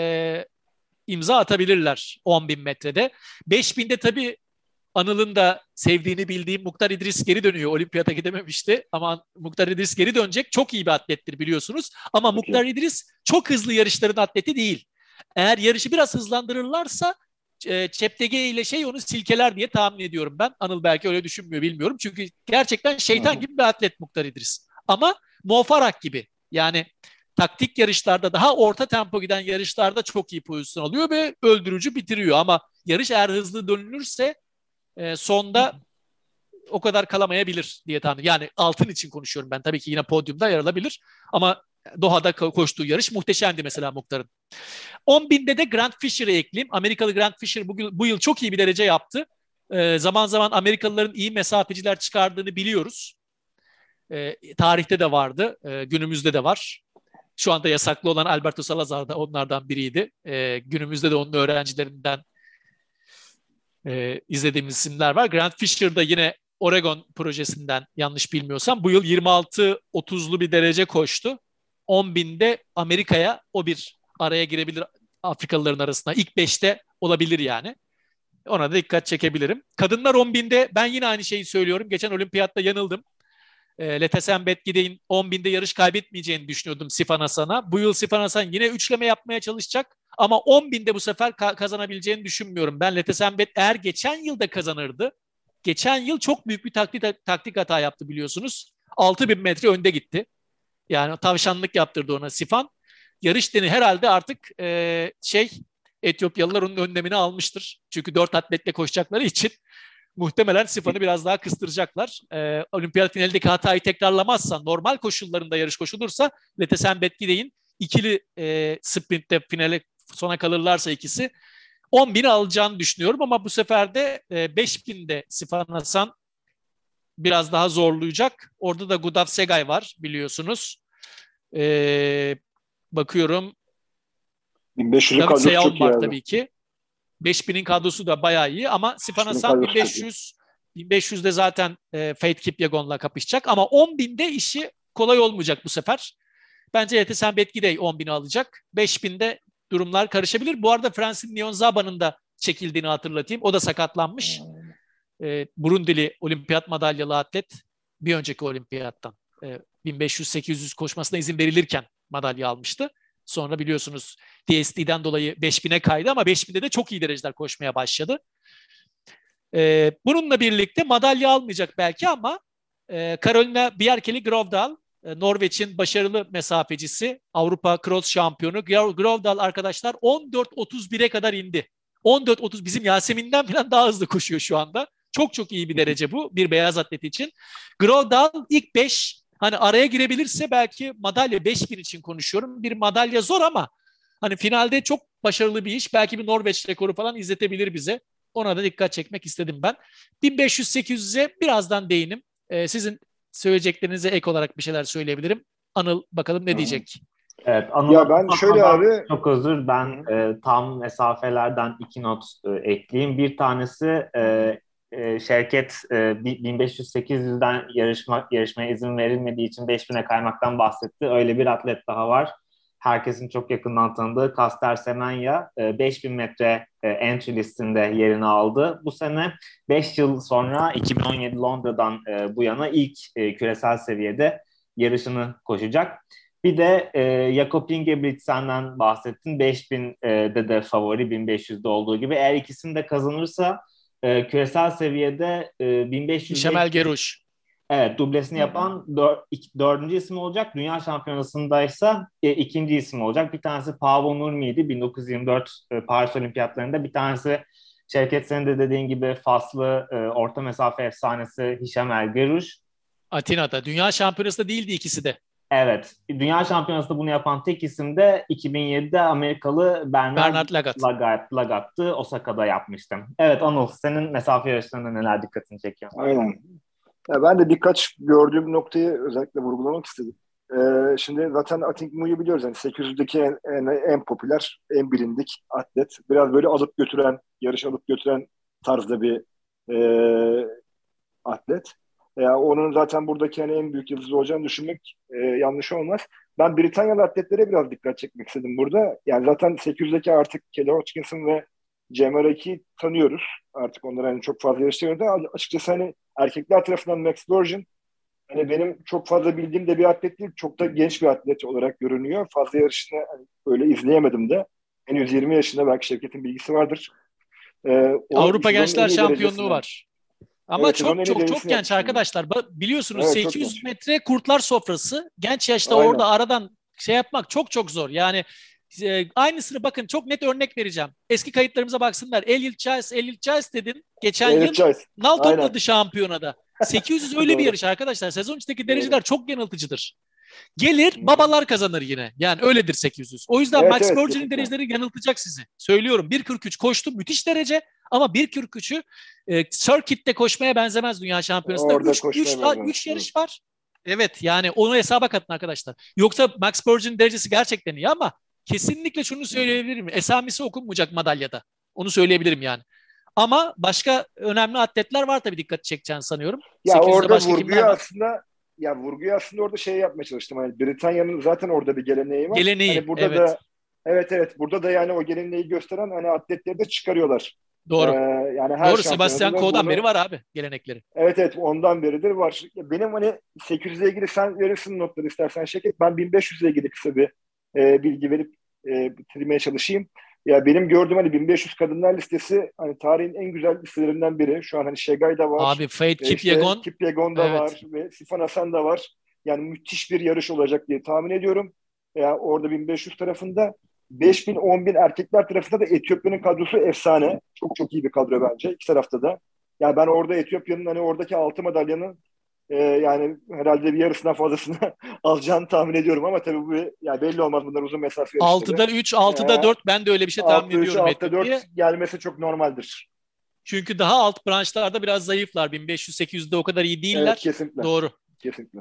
imza atabilirler 10.000 metrede. 5.000'de tabii Anıl'ın da sevdiğini bildiğim Mukhtar İdris geri dönüyor. Olimpiyata gidememişti ama Mukhtar İdris geri dönecek. Çok iyi bir atlettir biliyorsunuz. Ama Mukhtar İdris çok hızlı yarışların atleti değil. Eğer yarışı biraz hızlandırırlarsa Cheptegei ile onu silkeler diye tahmin ediyorum ben. Anıl belki öyle düşünmüyor bilmiyorum. Çünkü gerçekten şeytan gibi bir atlet Mukhtar İdris. Ama Mo Farah gibi. Yani taktik yarışlarda daha orta tempo giden yarışlarda çok iyi pozisyon alıyor ve öldürücü bitiriyor. Ama yarış eğer hızlı dönülürse sonda o kadar kalamayabilir diye tahmin. Yani altın için konuşuyorum ben. Tabii ki yine podyumda yer alabilir. Ama Doha'da koştuğu yarış muhteşemdi mesela Mukhtar'ın. 10.000'de de Grant Fisher'ı ekleyeyim. Amerikalı Grant Fisher bu yıl çok iyi bir derece yaptı. Zaman zaman Amerikalıların iyi mesafeciler çıkardığını biliyoruz. Tarihte de vardı. Günümüzde de var. Şu anda yasaklı olan Alberto Salazar da onlardan biriydi. Günümüzde de onun öğrencilerinden izlediğimiz isimler var. Grant Fisher da yine Oregon projesinden yanlış bilmiyorsam bu yıl 26-30'lu bir derece koştu. 10.000'de Amerika'ya o bir araya girebilir Afrikalıların arasında. İlk 5'te olabilir yani. Ona da dikkat çekebilirim. Kadınlar 10.000'de ben yine aynı şeyi söylüyorum. Geçen olimpiyatta yanıldım. Letesen Betgidey'in 10.000'de yarış kaybetmeyeceğini düşünüyordum Sifan Hasan'a. Bu yıl Sifan Hasan yine üçleme yapmaya çalışacak. Ama 10.000'de bu sefer kazanabileceğini düşünmüyorum. Ben Letesen Bet eğer geçen yılda kazanırdı. Geçen yıl çok büyük bir taktik hata yaptı biliyorsunuz. 6.000 metre önde gitti. Yani tavşanlık yaptırdı ona Sifan. Yarış deni herhalde artık Etiyopyalılar onun önlemini almıştır. Çünkü 4 atletle koşacakları için muhtemelen Sifan'ı biraz daha kıstıracaklar. Olimpiyat finalindeki hatayı tekrarlamazsa, normal koşullarında yarış koşulursa Letesen Betgidey'in ikili sprintte finale sona kalırlarsa ikisi 10.000'i alacağını düşünüyorum ama bu sefer de 5.000'de Sifan Hasan biraz daha zorlayacak. Orada da Gudav Segay var biliyorsunuz. Bakıyorum. 1500'ün David kadrosu Seyaon çok iyi var abi. tabii ki. 5.000'in kadrosu da bayağı iyi ama Sifan Hasan 1500'de zaten Faith Kipyegon'la kapışacak ama 10.000'de işi kolay olmayacak bu sefer. Bence Letesen Betgidey 10.000'i alacak. 5.000'de durumlar karışabilir. Bu arada Fransız Niyonzaba'nın da çekildiğini hatırlatayım. O da sakatlanmış. Burundili olimpiyat madalyalı atlet bir önceki olimpiyattan 1500-800 koşmasına izin verilirken madalya almıştı. Sonra biliyorsunuz DSD'den dolayı 5.000'e kaydı ama 5.000'de de çok iyi dereceler koşmaya başladı. Bununla birlikte madalya almayacak belki ama Carolina Bjerkeli Grovdal, Norveç'in başarılı mesafecisi, Avrupa Cross şampiyonu. Grovdal arkadaşlar 14.31'e kadar indi. 14.30 bizim Yasemin'den falan daha hızlı koşuyor şu anda. Çok çok iyi bir derece bu bir beyaz atlet için. Grovdal ilk 5 hani araya girebilirse belki madalya 5.000 için konuşuyorum. Bir madalya zor ama hani finalde çok başarılı bir iş. Belki bir Norveç rekoru falan izletebilir bize. Ona da dikkat çekmek istedim ben. 1500-800'e birazdan değinim. Sizin söyleyeceklerinize ek olarak bir şeyler söyleyebilirim. Anıl bakalım ne diyecek? Evet, Ya Anıl'a ben şöyle uzatmadan abi. çok özür. Hı Ben hı. tam mesafelerden iki not ekleyeyim. Bir tanesi Şevket 1500-800'den yarışmaya izin verilmediği için 5000'e kaymaktan bahsetti. Öyle bir atlet daha var. Herkesin çok yakından tanıdığı Caster Semenya 5000 metre entry listinde yerini aldı. Bu sene 5 yıl sonra 2017 Londra'dan bu yana ilk küresel seviyede yarışını koşacak. Bir de Jakob Ingebrigtsen'den bahsettin. 5000'de de favori 1500'de olduğu gibi. Eğer ikisini de kazanırsa küresel seviyede 1500 Şemel 5000 Geruş. evet dublesini Hı hı. yapan dördüncü isim olacak. Dünya şampiyonasındaysa ikinci isim olacak. Bir tanesi Paavo Nurmi'ydi 1924 Paris Olimpiyatlarında. Bir tanesi Şevket senin de dediğin gibi Faslı orta mesafe efsanesi Hişam El Geruş. Atina'da. Dünya şampiyonası da değildi ikisi de. Evet. Dünya Şampiyonası'nda bunu yapan tek isim de 2007'de Amerikalı Bernard Bernard Lagat. Lagat'tı. Osaka'da yapmıştım. Evet Anıl, senin mesafe yarışlarında neler dikkatini çekiyor? Aynen. Ya ben de birkaç gördüğüm noktayı özellikle vurgulamak istedim. Şimdi zaten Ating Mu'yu biliyoruz. Yani 800'deki en popüler, en bilindik atlet. Biraz böyle alıp götüren, yarış alıp götüren tarzda bir e, atlet. Onun zaten buradaki hani en büyük yıldız olacağını düşünmek yanlış olmaz. Ben Britanyalı atletlere biraz dikkat çekmek istedim burada. Yani zaten 800'deki artık Kelly Hodgkinson ve Cem Araki'yi tanıyoruz. Artık onlar hani çok fazla yarışıyor da açıkçası hani erkekler tarafından Max Vergen hani benim çok fazla bildiğim de bir atlet değil. Çok da genç bir atlet olarak görünüyor. Fazla yarışını hani öyle izleyemedim de. Henüz 20 yaşında, belki Şevket'in bilgisi vardır. O Avrupa sezonun en Gençler iyi Şampiyonluğu derecesine. var. Ama Evet, sezonun çok en iyi çok çok derecesini genç yapmış durumda. arkadaşlar. Biliyorsunuz Evet, çok 800 genç. metre kurtlar sofrası. Genç yaşta orada Aynen. aradan şey yapmak çok çok zor. Yani aynısını bakın çok net örnek vereceğim. Eski kayıtlarımıza baksınlar. Eliud Childs dedin. Geçen Evet, yıl Chase. nal Aynen. topladı şampiyonada. 800 öyle bir Doğru. yarış arkadaşlar. Sezon içindeki Doğru. dereceler çok yanıltıcıdır. Gelir Hı hı. babalar kazanır yine. Yani öyledir 800. O yüzden Evet, Max evet, Verger'in kesinlikle. dereceleri yanıltacak sizi. Söylüyorum 1.43 koştu müthiş derece ama 1.43'ü circuit'te koşmaya benzemez dünya şampiyonasında. Orada koşmaya benzemez. 3 Doğru. yarış var. Evet yani onu hesaba katın arkadaşlar. Yoksa Max Verger'in derecesi gerçekten iyi ama kesinlikle şunu Hı hı. söyleyebilirim. Esamesi okunmayacak madalyada. Onu söyleyebilirim yani. Ama başka önemli atletler var tabii dikkat çekeceğini sanıyorum. Ya 800'de orada başka kimler vurguyu var? aslında ya vurguyu aslında orada şey yapmaya çalıştım. Hani Britanya'nın zaten orada bir geleneği var. Geleneği. Hani burada Evet. da evet, burada da yani o geleneği gösteren hani atletleri de çıkarıyorlar. Ee, Doğru. Yani her Doğru. şampiyonada Sebastian da Coe'dan beri bunu var abi gelenekleri. evet, ondan beridir var. Benim hani 800 ile ilgili sen verirsin notları istersen Şevket. Ben 1500 ile ilgili kısa bir bilgi verip bitirmeye çalışayım. Ya benim gördüğüm hani 1500 kadınlar listesi hani tarihin en güzel listelerinden biri. Şu an hani Şegay da var. Abi Faith İşte Kipyegon Kipyegon da evet. var ve Sifan Hasan da var. Yani müthiş bir yarış olacak diye tahmin ediyorum. Ya orada 1500 tarafında 5000, 10.000 erkekler tarafında da Etiyopya'nın kadrosu efsane. Çok çok iyi bir kadro bence. İki tarafta da. Yani ben orada Etiyopya'nın hani oradaki altı madalyanın yani herhalde bir yarısından fazlasını alacağını tahmin ediyorum ama tabii bu yani belli olmaz, bunlar uzun mesafe yarışları. 6'da 3, 6'da E, 4 ben de öyle bir şey tahmin 6'da 3, ediyorum 6'da 4 Etiyopya'ya. gelmesi çok normaldir. Çünkü daha alt branşlarda biraz zayıflar. 1500-800'de o kadar iyi Evet, değiller. kesinlikle. Doğru. Kesinlikle.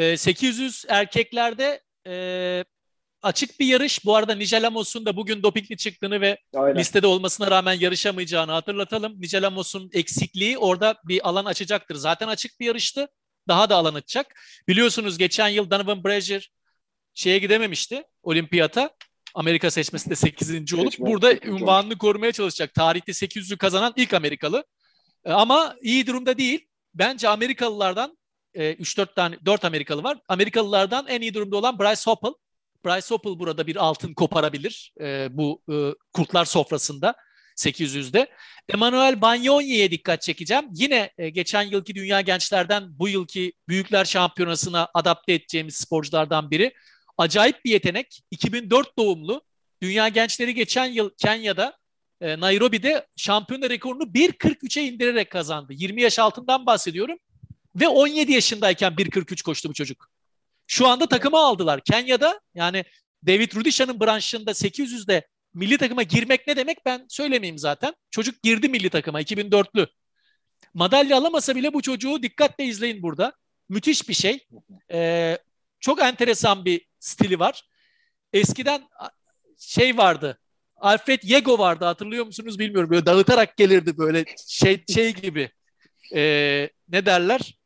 800 erkeklerde açık bir yarış. Bu arada Nigel Amos'un da bugün dopingli çıktığını ve Aynen. listede olmasına rağmen yarışamayacağını hatırlatalım. Nigel Amos'un eksikliği orada bir alan açacaktır. Zaten açık bir yarıştı. Daha da alan açacak. Biliyorsunuz geçen yıl Donovan Brazier şeye gidememişti olimpiyata. Amerika seçmesinde 8. olup Seçme burada 8. olmuş. unvanını korumaya çalışacak. Tarihte 800'ü kazanan ilk Amerikalı. Ama iyi durumda değil. Bence Amerikalılardan 3-4 tane 4 Amerikalı var. Amerikalılardan en iyi durumda olan Bryce Hoppel. Bryce Hoppel burada bir altın koparabilir bu kurtlar sofrasında 800'de. Emmanuel Bagnoni'ye dikkat çekeceğim. Yine geçen yılki Dünya Gençlerden bu yılki Büyükler Şampiyonası'na adapte edeceğimiz sporculardan biri. Acayip bir yetenek. 2004 doğumlu. Dünya Gençleri geçen yıl Kenya'da Nairobi'de şampiyonlar rekorunu 1.43'e indirerek kazandı. 20 yaş altından bahsediyorum. Ve 17 yaşındayken 1.43 koştu bu çocuk. Şu anda takıma aldılar. Kenya'da yani David Rudisha'nın branşında 800'de milli takıma girmek ne demek ben söylemeyeyim zaten. Çocuk girdi milli takıma 2004'lü. Madalya alamasa bile bu çocuğu dikkatle izleyin burada. Müthiş bir şey. Çok enteresan bir stili var. eskiden şey vardı. Alfred Yego vardı, hatırlıyor musunuz bilmiyorum. Böyle dağıtarak gelirdi böyle şey gibi. Ne derler?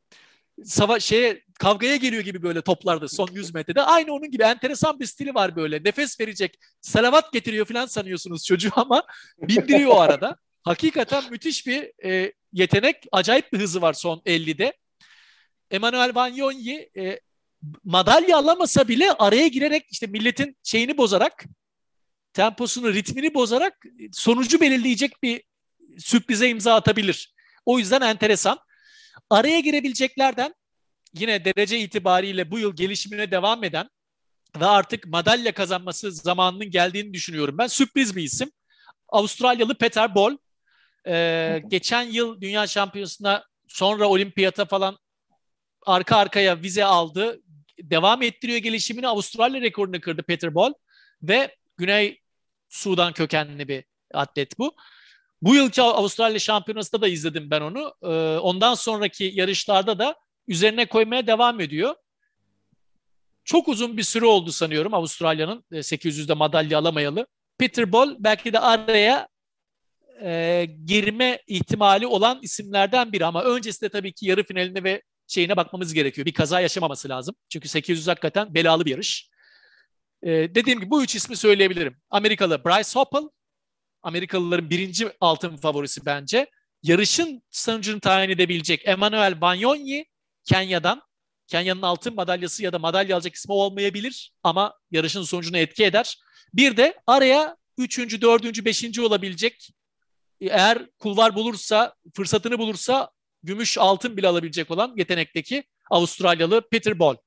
Kavgaya geliyor gibi böyle toplarda son 100 metrede. Aynı onun gibi enteresan bir stili var böyle. Nefes verecek. Salavat getiriyor falan sanıyorsunuz çocuğu ama bindiriyor o arada. Hakikaten müthiş bir yetenek. Acayip bir hızı var son 50'de. Emmanuel Wanyonyi madalya alamasa bile araya girerek işte milletin şeyini bozarak, temposunu, ritmini bozarak sonucu belirleyecek bir sürprize imza atabilir. O yüzden enteresan. Araya girebileceklerden yine derece itibariyle bu yıl gelişimine devam eden ve artık madalya kazanması zamanının geldiğini düşünüyorum ben. Sürpriz bir isim. Avustralyalı Peter Bol. Geçen yıl Dünya Şampiyonası'na, sonra olimpiyata falan arka arkaya vize aldı. Devam ettiriyor gelişimini. Avustralya rekorunu kırdı Peter Bol ve Güney Sudan kökenli bir atlet bu. Bu yılki Avustralya Şampiyonası'nda da izledim ben onu. Ondan sonraki yarışlarda da üzerine koymaya devam ediyor. Çok uzun bir süre oldu sanıyorum Avustralya'nın 800'de madalya alamayalı. Peter Bol belki de araya girme ihtimali olan isimlerden biri ama öncesinde tabii ki yarı finaline ve şeyine bakmamız gerekiyor. Bir kaza yaşamaması lazım. Çünkü 800 hakikaten belalı bir yarış. Dediğim gibi bu üç ismi söyleyebilirim. Amerikalı Bryce Hoppel, Amerikalıların birinci altın favorisi bence. Yarışın sonucunu tayin edebilecek Emmanuel Wanyonyi, Kenya'dan. Kenya'nın altın madalyası ya da madalya alacak ismi olmayabilir ama yarışın sonucuna etki eder. Bir de araya 3. 4. 5. olabilecek, eğer kulvar bulursa, fırsatını bulursa gümüş altın bile alabilecek olan yetenekteki Avustralyalı Peter Bol.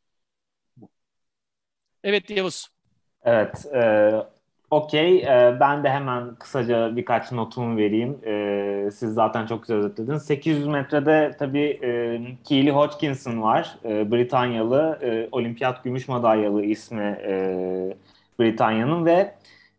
Evet Yavuz. Evet, okey. Ben de hemen kısaca birkaç notumu vereyim. Siz zaten çok güzel özetlediniz. 800 metrede tabii Keely Hodgkinson var. Britanyalı, olimpiyat gümüş madalyalı ismi Britanya'nın ve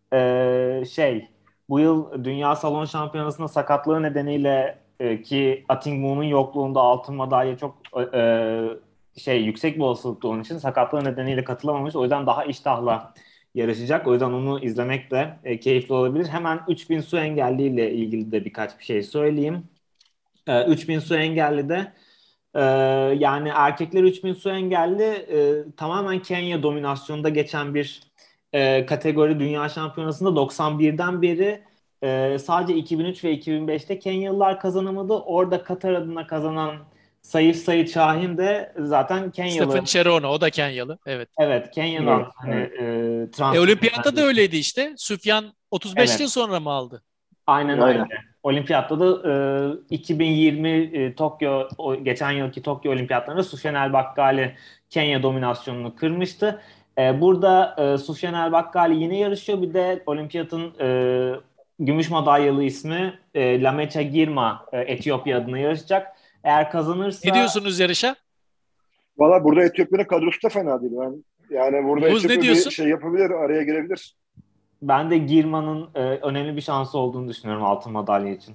bu yıl Dünya Salon Şampiyonası'nda sakatlığı nedeniyle ki Atingmu'nun yokluğunda altın madalya çok yüksek bir olasılıkta onun için sakatlığı nedeniyle katılamamış. O yüzden daha iştahla yarışacak. O yüzden onu izlemek de keyifli olabilir. Hemen 3000 su engelli ile ilgili de birkaç bir şey söyleyeyim. 3000 su engelli de yani erkekler 3000 su engelli tamamen Kenya dominasyonunda geçen bir kategori. Dünya Şampiyonası'nda 91'den beri sadece 2003 ve 2005'te Kenyalılar kazanamadı. Orada Katar adına kazanan Sayit Şahin de zaten Kenyalı. Stephen Cherono, o da Kenyalı. Evet. Evet, Kenya'dan transfer. Olimpiyatta da öyleydi işte. Süfyan 35 yıl sonra mı aldı? Aynen öyle. Olimpiyatta da 2020 geçen yılki Tokyo Olimpiyatlarında Sufyan El Bakkali Kenya dominasyonunu kırmıştı. Burada Sufyan El Bakkali yine yarışıyor. Bir de olimpiyatın gümüş madalyalı ismi Lamecha Girma Etiyopya adına yarışacak. Eğer kazanırsa... Ne diyorsunuz yarışa? Valla burada Etiyopya'nın kadrosu da fena değil. Yani burada Etiyopya bir şey yapabilir, araya girebilir. Ben de Girma'nın önemli bir şansı olduğunu düşünüyorum altın madalya için.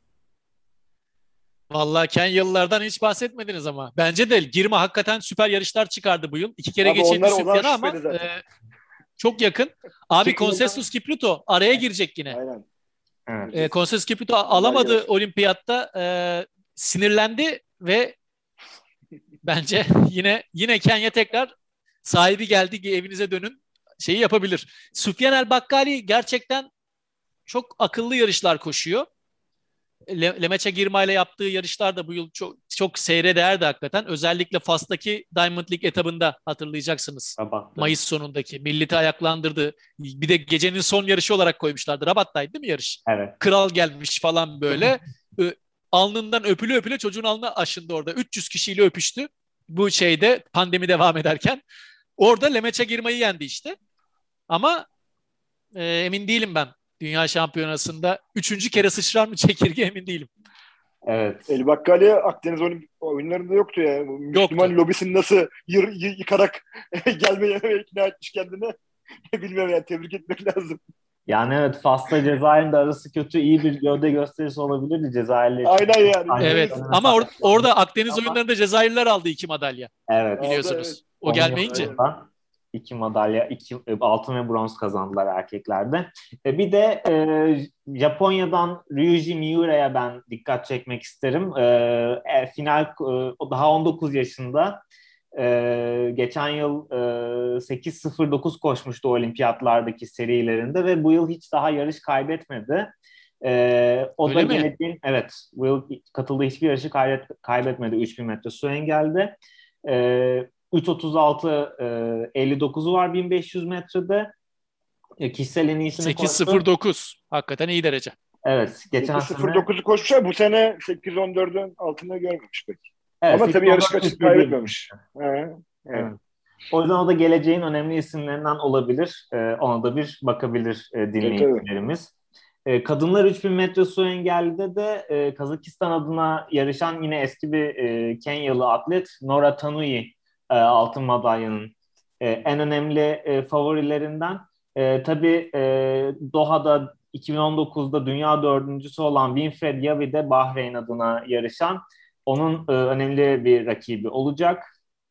Vallahi Kenyalılardan hiç bahsetmediniz ama. Bence de Girma hakikaten süper yarışlar çıkardı bu yıl. 2 kere geçildi Süfyan'ı ama çok yakın. Abi Conseslus Kipruto araya girecek yine. Aynen. Evet. Conseslus Kipruto alamadı olimpiyatta. Sinirlendi ve bence yine Kenya tekrar sahibi geldi ki evinize dönün şeyi yapabilir. Sufyan El Bakkali gerçekten çok akıllı yarışlar koşuyor. Lemeç'e Girma ile yaptığı yarışlar da bu yıl çok seyre değerdi hakikaten. Özellikle Fas'taki Diamond League etabında hatırlayacaksınız. Rabat'ta. Mayıs sonundaki. Milleti ayaklandırdı. Bir de gecenin son yarışı olarak koymuşlardı. Rabat'taydı değil mi yarış? Evet. Kral gelmiş falan böyle. Alnından öpüle öpüle çocuğun alnına aşındı orada. 300 kişiyle öpüştü. Bu pandemi devam ederken. Orada Lemeç'e Girma'yı yendi işte. Ama emin değilim ben. Dünya Şampiyonası'nda 3. kere sıçrar mı çekirge emin değilim. Evet. El Bakkali Akdeniz oyunlarında yoktu ya. Müslüman lobisini nasıl yıkarak gelmeye ikna etmiş kendini. Bilmiyorum yani, tebrik etmek lazım. Yani evet, Fas'la Cezayir'in de arası kötü, iyi bir gövde gösterisi olabilirdi Cezayir'le. Aynen yani. Evet ama orada Akdeniz oyunlarında Cezayirliler aldı 2 madalya. Evet. Biliyorsunuz. O gelmeyince. 2 madalya, 2 altın ve bronz kazandılar erkeklerde. Bir de Japonya'dan Ryuji Miura'ya ben dikkat çekmek isterim. Final o daha 19 yaşında. Geçen yıl 8.09 koşmuştu olimpiyatlardaki serilerinde ve bu yıl hiç daha yarış kaybetmedi. O Öyle da mi? geleceğin, evet, bu yıl katıldığı hiçbir yarışı kaybetmedi 3000 metre su engelde. 3.36 59'u var 1500 metrede. Kişisel en iyisini koştu. 8.09. Hakikaten iyi derece. Evet, geçen sene 8.09'u koşmuşlar. Bu sene 8.14'ün altında görmemiş pek. evet, Ama tabii yarış 8.14 kaçıp Türkiye değil. kaybetmemiş. Evet. Evet. O yüzden o da geleceğin önemli isimlerinden olabilir. Ona da bir bakabilir dinleyicilerimiz. Kadınlar 3000 metre su engellide de Kazakistan adına yarışan yine eski bir Kenyalı atlet Nora Tanui altın madalyanın en önemli favorilerinden. Tabii Doha'da 2019'da dünya dördüncüsü olan Winfred Yavi de Bahreyn adına yarışan. Onun önemli bir rakibi olacak.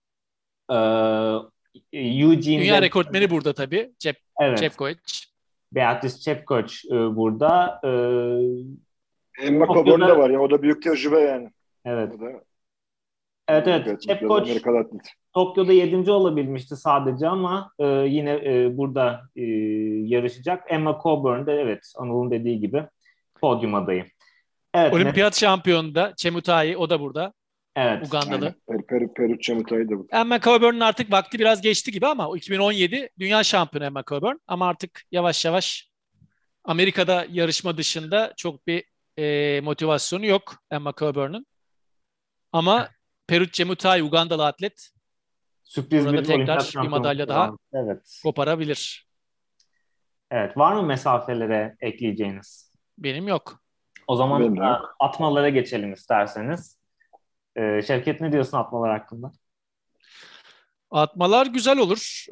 Dünya Eugene'de rekortmeni burada tabii. evet, Cepkovic. Beatrice Chepkoch burada. Emma Coburn da Tokyo'da var ya. O da büyük tecrübe yani. evet. O da Evet, Chepkoch Amerikalı atlet. Tokyo'da 7. olabilmişti sadece ama yine burada yarışacak. Emma Coburn de evet, Anıl'ın dediği gibi podyum adayı. Evet, Olimpiyat şampiyonu da Chemutai, o da burada. evet. Ugandalı. Peruccia Mutay da bu. Emma Coburn'un artık vakti biraz geçti gibi ama o 2017 dünya şampiyonu Emma Coburn. Ama artık yavaş yavaş Amerika'da yarışma dışında çok bir motivasyonu yok Emma Coburn'un. Ama Peruccia Mutai, Ugandalı atlet, Sürpriz burada bir olimpiyat tekrar bir şampiyonu madalya daha var. Evet. koparabilir. Evet, var mı mesafelere ekleyeceğiniz? Benim yok. O zaman Benim de yok. atmalara geçelim isterseniz. Şevket, ne diyorsun atmalar hakkında? Atmalar güzel olur.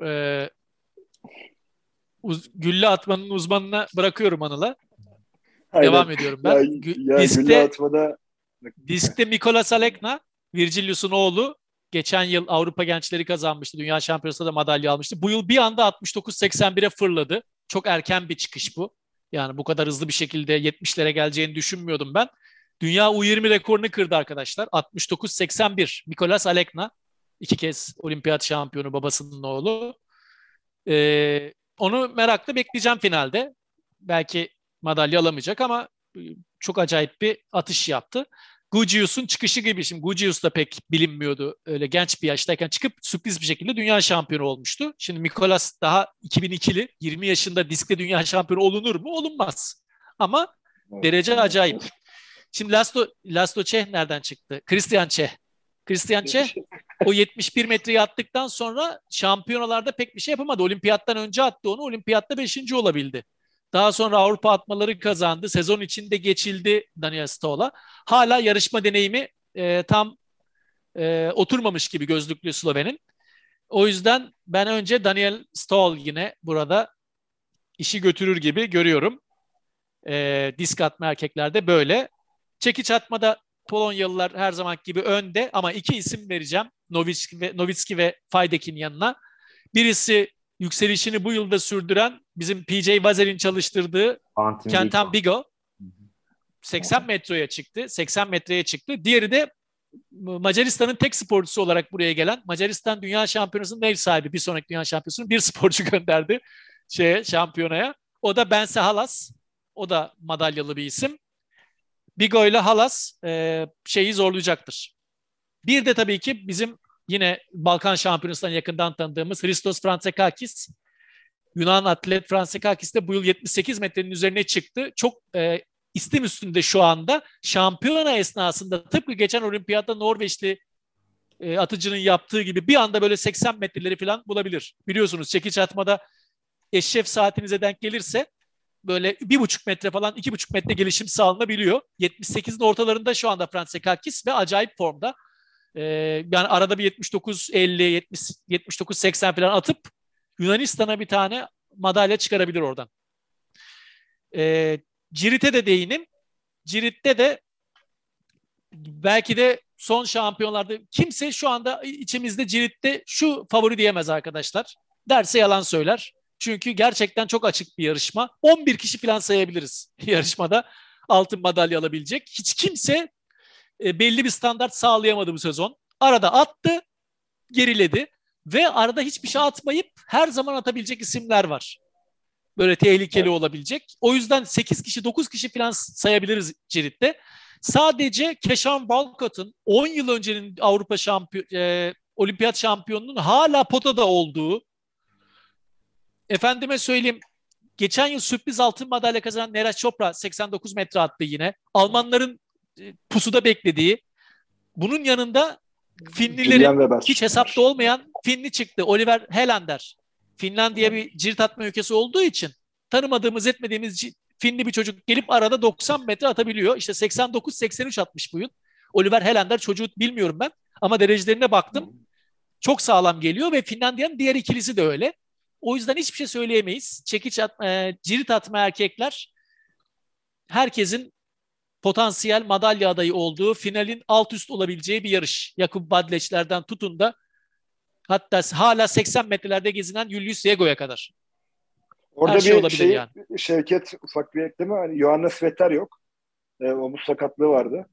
Gülle atmanın uzmanına bırakıyorum Anıl'a. Aynen. Devam ediyorum ben. Ya gülle atmada Diskte Mikolas Alekna, Virgilius'un oğlu. Geçen yıl Avrupa Gençleri kazanmıştı. Dünya Şampiyonası'nda da madalya almıştı. Bu yıl bir anda 69.81'e fırladı. Çok erken bir çıkış bu. Yani bu kadar hızlı bir şekilde 70'lere geleceğini düşünmüyordum ben. Dünya U20 rekorunu kırdı arkadaşlar. 69.81. Mikolas Alekna. 2 kez olimpiyat şampiyonu, babasının oğlu. Onu merakla bekleyeceğim finalde. Belki madalya alamayacak ama çok acayip bir atış yaptı. Gugius'un çıkışı gibi. Şimdi Gugius da pek bilinmiyordu. Öyle genç bir yaştayken çıkıp sürpriz bir şekilde dünya şampiyonu olmuştu. Şimdi Mikolas daha 2002'li. 20 yaşında diskte dünya şampiyonu olunur mu? Olunmaz. Ama derece acayip. Şimdi Laszlo Čeh nereden çıktı? Christian Čeh o 71 metreyi attıktan sonra şampiyonalarda pek bir şey yapamadı. Olimpiyattan önce attı onu. Olimpiyatta 5. olabildi. Daha sonra Avrupa atmaları kazandı. Sezon içinde geçildi Daniel Stoll'a. Hala yarışma deneyimi tam oturmamış gibi gözlüklü Sloven'in. O yüzden ben önce Daniel Stoll yine burada işi götürür gibi görüyorum. Disk atma erkeklerde böyle. Çekiç atmada Polonyalılar her zaman gibi önde ama 2 isim vereceğim. Novitski ve Faydek'in yanına. Birisi yükselişini bu yılda sürdüren bizim PJ Vazer'in çalıştırdığı Kentan Bigo. 80 metreye çıktı. Diğeri de Macaristan'ın tek sporcusu olarak buraya gelen, Macaristan Dünya Şampiyonası'nın ev sahibi, bir sonraki Dünya Şampiyonası'nın bir sporcu gönderdi şampiyonaya. O da Bense Halas. O da madalyalı bir isim. Bigo ile Halas şeyi zorlayacaktır. Bir de tabii ki bizim yine Balkan Şampiyonası'ndan yakından tanıdığımız Christos Frantsekakis. Yunan atlet Frantsekakis de bu yıl 78 metrenin üzerine çıktı. Çok istim üstünde şu anda. Şampiyona esnasında tıpkı geçen olimpiyatta Norveçli atıcının yaptığı gibi bir anda böyle 80 metreleri falan bulabilir. Biliyorsunuz çekiç atmada eşref saatinize denk gelirse böyle 1,5 metre falan 2,5 metre gelişim sağlanabiliyor. 78'in ortalarında şu anda Frantsekakis ve acayip formda. Yani arada bir 79-50, 79-80 falan atıp Yunanistan'a bir tane madalya çıkarabilir oradan. Cirit'e de değinim. Cirit'te de belki de son şampiyonlarda kimse şu anda içimizde Cirit'te şu favori diyemez arkadaşlar. derse yalan söyler. Çünkü gerçekten çok açık bir yarışma. 11 kişi falan sayabiliriz yarışmada altın madalya alabilecek. Hiç kimse belli bir standart sağlayamadı bu sezon. Arada attı, geriledi ve arada hiçbir şey atmayıp her zaman atabilecek isimler var. Böyle tehlikeli olabilecek. O yüzden 8 kişi, 9 kişi falan sayabiliriz Cirit'te. Sadece Keşan Walcott'ın 10 yıl öncenin Avrupa olimpiyat şampiyonunun hala potada olduğu, efendime söyleyeyim, geçen yıl sürpriz altın madalya kazanan Neeraj Chopra 89 metre attı yine. Almanların pusuda beklediği. Bunun yanında Finlilerin hiç hesapta olmayan Finli çıktı. Oliver Helander. Finlandiya bir cirit atma ülkesi olduğu için tanımadığımız etmediğimiz Finli bir çocuk gelip arada 90 metre atabiliyor. İşte 89-83 atmış bu yıl. Oliver Helander çocuğu bilmiyorum ben ama derecelerine baktım. Çok sağlam geliyor ve Finlandiya'nın diğer ikilisi de öyle. O yüzden hiçbir şey söyleyemeyiz. Cirit atma erkekler herkesin potansiyel madalya adayı olduğu, finalin alt üst olabileceği bir yarış. Jakub Badleçlerden tutun da hatta hala 80 metrelerde gezinen Julius Yego'ya kadar. Orada her şey olabilir yani. Şevket ufak bir ekleme. Hani Johannes Vetter yok. Omuz sakatlığı vardı.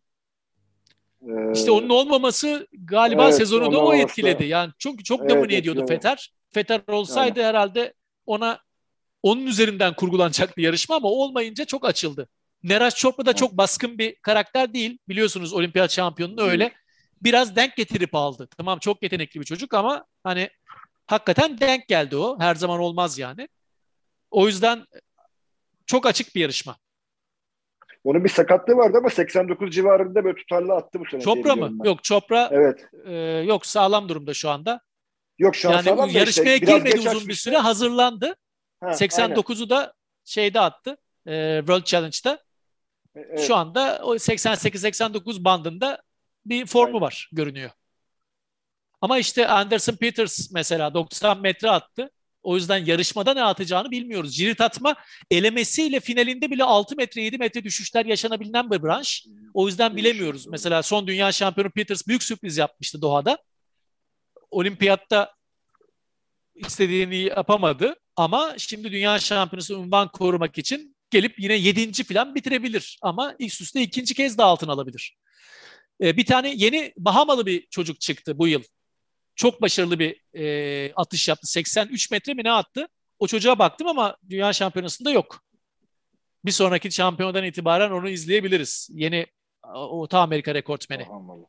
İşte onun olmaması galiba sezonu da o etkiledi. Yani çünkü çok domine ediyordu Vetter. Vetter olsaydı herhalde onun üzerinden kurgulanacaktı yarışma ama olmayınca çok açıldı. Neeraj Chopra da çok baskın bir karakter değil. Biliyorsunuz olimpiyat şampiyonunu öyle. Biraz denk getirip aldı. Tamam, çok yetenekli bir çocuk ama hani hakikaten denk geldi o. Her zaman olmaz yani. O yüzden çok açık bir yarışma. Onun bir sakatlığı vardı ama 89 civarında böyle tutarlı attı bu sene. Chopra mı? Ben. Yok, Chopra evet. Yok, sağlam durumda şu anda. Yok şu an yani sağlam da yarışmaya işte, girmedi uzun bir süre, hazırlandı. 89'u da şeyde attı. World Challenge'da. Evet. Şu anda o 88-89 bandında bir formu var görünüyor. Ama işte Anderson Peters mesela 90 metre attı. O yüzden yarışmada ne atacağını bilmiyoruz. Cirit atma elemesiyle finalinde bile 6 metre 7 metre düşüşler yaşanabilen bir branş. O yüzden bilemiyoruz. Mesela son dünya şampiyonu Peters büyük sürpriz yapmıştı Doha'da. Olimpiyatta istediğini yapamadı ama şimdi dünya şampiyonası unvan korumak için gelip yine 7. falan bitirebilir. Ama ilk üste 2. kez de altın alabilir. Bir tane yeni Bahamalı bir çocuk çıktı bu yıl. Çok başarılı bir atış yaptı. 83 metre mi ne attı? O çocuğa baktım ama dünya şampiyonasında yok. Bir sonraki şampiyonadan itibaren onu izleyebiliriz. Yeni Orta Amerika rekortmeni.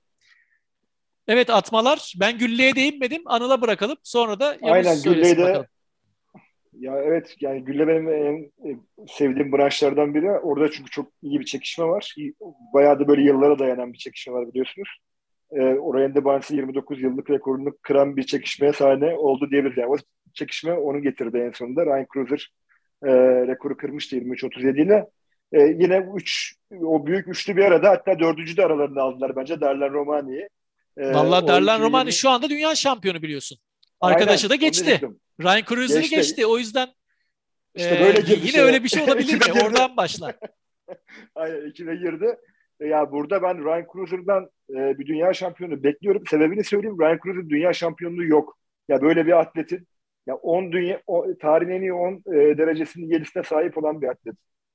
Evet, atmalar. Ben gülleye değinmedim. Anıl'a bırakalım. Sonra da Yavuz söylesin bakalım. Ya evet, yani gülle benim en sevdiğim branşlardan biri. Orada çünkü çok iyi bir çekişme var. Bayağı da böyle yıllara dayanan bir çekişme var biliyorsunuz. Oraya da Barnes'ın 29 yıllık rekorunu kıran bir çekişmeye sahne oldu diyebiliriz. Yani o çekişme onu getirdi en sonunda. Ryan Cruiser rekoru kırmıştı 23-37 ile. Yine o büyük üçlü bir arada, hatta dördüncü de aralarında aldılar bence Darlan Romani'yi. Vallahi Darlan Romani şu anda dünya şampiyonu biliyorsun. Arkadaşı aynen, da geçti. Ryan Cruiser'ı geçti. O yüzden işte böyle yine öyle bir şey olabilir mi? Oradan başla. Aynen, ikine girdi. Ya burada ben Ryan Cruiser'dan bir dünya şampiyonu bekliyorum. Sebebini söyleyeyim. Ryan Cruiser dünya şampiyonluğu yok. Ya böyle bir atletin ya tarihin en iyi 10 derecesinin 7'sine sahip olan bir atlet.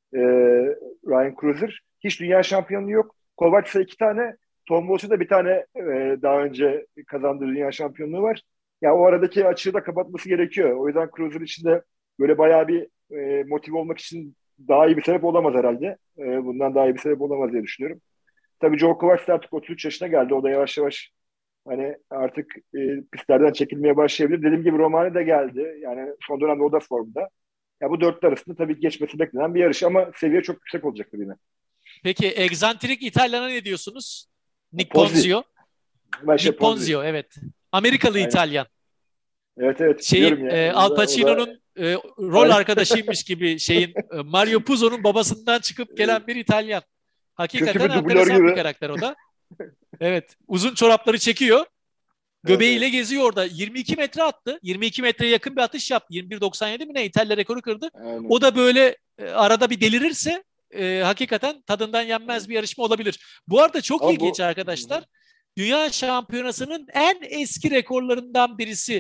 Ryan Cruiser. Hiç dünya şampiyonluğu yok. Kovac'sa 2 tane, Tom Walsh'un da bir tane daha önce kazandığı dünya şampiyonluğu var. Ya o aradaki açığı da kapatması gerekiyor. O yüzden Cruiser için de böyle bayağı bir motive olmak için daha iyi bir sebep olamaz herhalde. Bundan daha iyi bir sebep olamaz diye düşünüyorum. Tabii Joe Kovacs artık 33 yaşına geldi. O da yavaş yavaş hani artık pistlerden çekilmeye başlayabilir. Dediğim gibi Romani de geldi. Yani son dönemde o da formda. Ya bu dörtlü arasında tabii geçmesi beklenen bir yarış ama seviye çok yüksek olacaktır yine. Peki egzantrik İtalyan'a ne diyorsunuz? Nick Ponzio. Nick Ponzio, evet. Amerikalı aynen. İtalyan. Evet. Al Pacino'nun rol arkadaşıymış gibi Mario Puzo'nun babasından çıkıp gelen bir İtalyan. Hakikaten enteresan bir karakter o da. Evet. Uzun çorapları çekiyor. Göbeğiyle geziyor orada. 22 metre attı. 22 metreye yakın bir atış yaptı. 21.97 mi ne? İtalya rekoru kırdı. Aynen. O da böyle arada bir delirirse hakikaten tadından yenmez bir yarışma olabilir. Bu arada çok ilginç arkadaşlar. Dünya şampiyonasının en eski rekorlarından birisi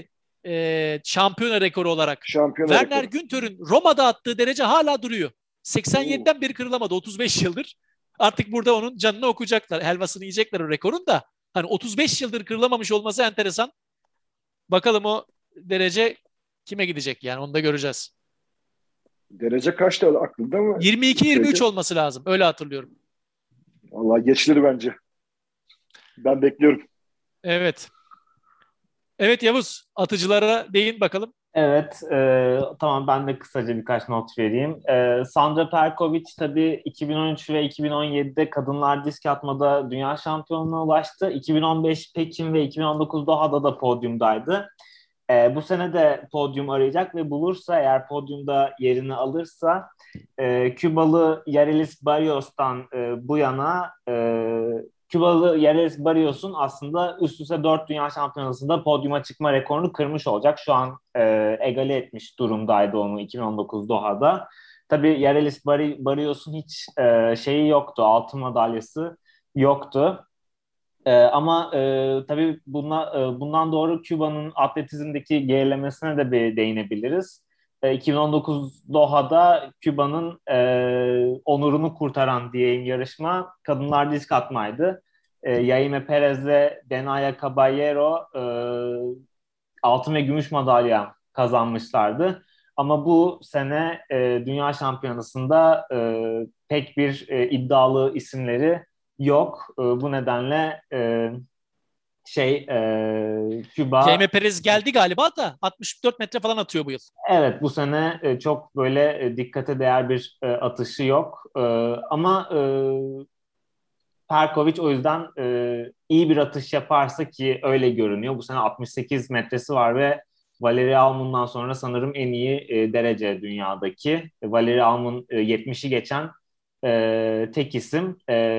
şampiyona rekoru olarak. Şampiyona Werner rekoru. Günther'ün Roma'da attığı derece hala duruyor. 87'den beri kırılamadı. 35 yıldır. Artık burada onun canını okuyacaklar. Helvasını yiyecekler o rekorun da. Hani 35 yıldır kırılamamış olması enteresan. Bakalım o derece kime gidecek yani onu da göreceğiz. Derece kaçtı aklında mı? 22-23 olması lazım. Öyle hatırlıyorum. Vallahi geçilir bence. Ben bekliyorum. Evet. Evet Yavuz, atıcılara değin bakalım. Evet, tamam ben de kısaca birkaç not vereyim. Sandra Perkovic tabii 2013 ve 2017'de kadınlar disk atmada dünya şampiyonluğuna ulaştı. 2015 Pekin ve 2019 Doha'da da podyumdaydı. Bu sene de podyum arayacak ve bulursa eğer podyumda yerini alırsa Kübalı Yarelis Barrios'tan bu yana Kübalı Yarelis Barrios'un aslında üst üste 4 dünya şampiyonasında podyuma çıkma rekorunu kırmış olacak. Şu an egale etmiş durumdaydı onu 2019 Doha'da. Tabii Yarelis Barrios'un hiç şeyi yoktu, altın madalyası yoktu. Ama tabii bundan doğru Küba'nın atletizmdeki gerilemesine de bir değinebiliriz. 2019 Doha'da Küba'nın onurunu kurtaran diyeyim yarışma kadınlar disk atmaydı. Yaime Perez'le Denaya Caballero altın ve gümüş madalya kazanmışlardı. Ama bu sene Dünya Şampiyonası'nda pek bir iddialı isimleri yok. Bu nedenle Küba... Jaime Perez geldi galiba da 64 metre falan atıyor bu yıl. Evet, bu sene çok böyle dikkate değer bir atışı yok. Ama Perkovic o yüzden iyi bir atış yaparsa ki öyle görünüyor. Bu sene 68 metresi var ve Valerie Almun'dan sonra sanırım en iyi derece dünyadaki. Valerie Almun 70'i geçen tek isim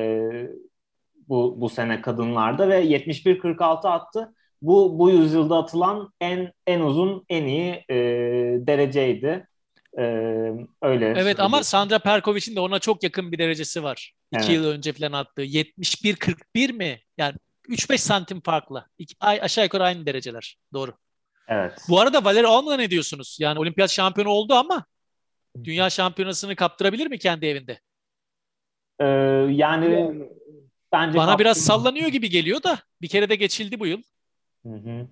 bu sene kadınlarda ve 71-46 attı. Bu yüzyılda atılan en uzun, en iyi dereceydi. Öyle Evet ama söyleyeyim. Sandra Perkovic'in de ona çok yakın bir derecesi var. 2 Evet. yıl önce falan attığı. 71-41 mi? Yani 3-5 santim farklı. Aşağı yukarı aynı dereceler. Doğru. Evet. Bu arada Valerie Alman'a ne diyorsunuz? Yani olimpiyat şampiyonu oldu ama dünya şampiyonasını kaptırabilir mi kendi evinde? Yani bence Bana biraz kaptırmaz. sallanıyor gibi geliyor da bir kere de geçildi bu yıl. Hı hı.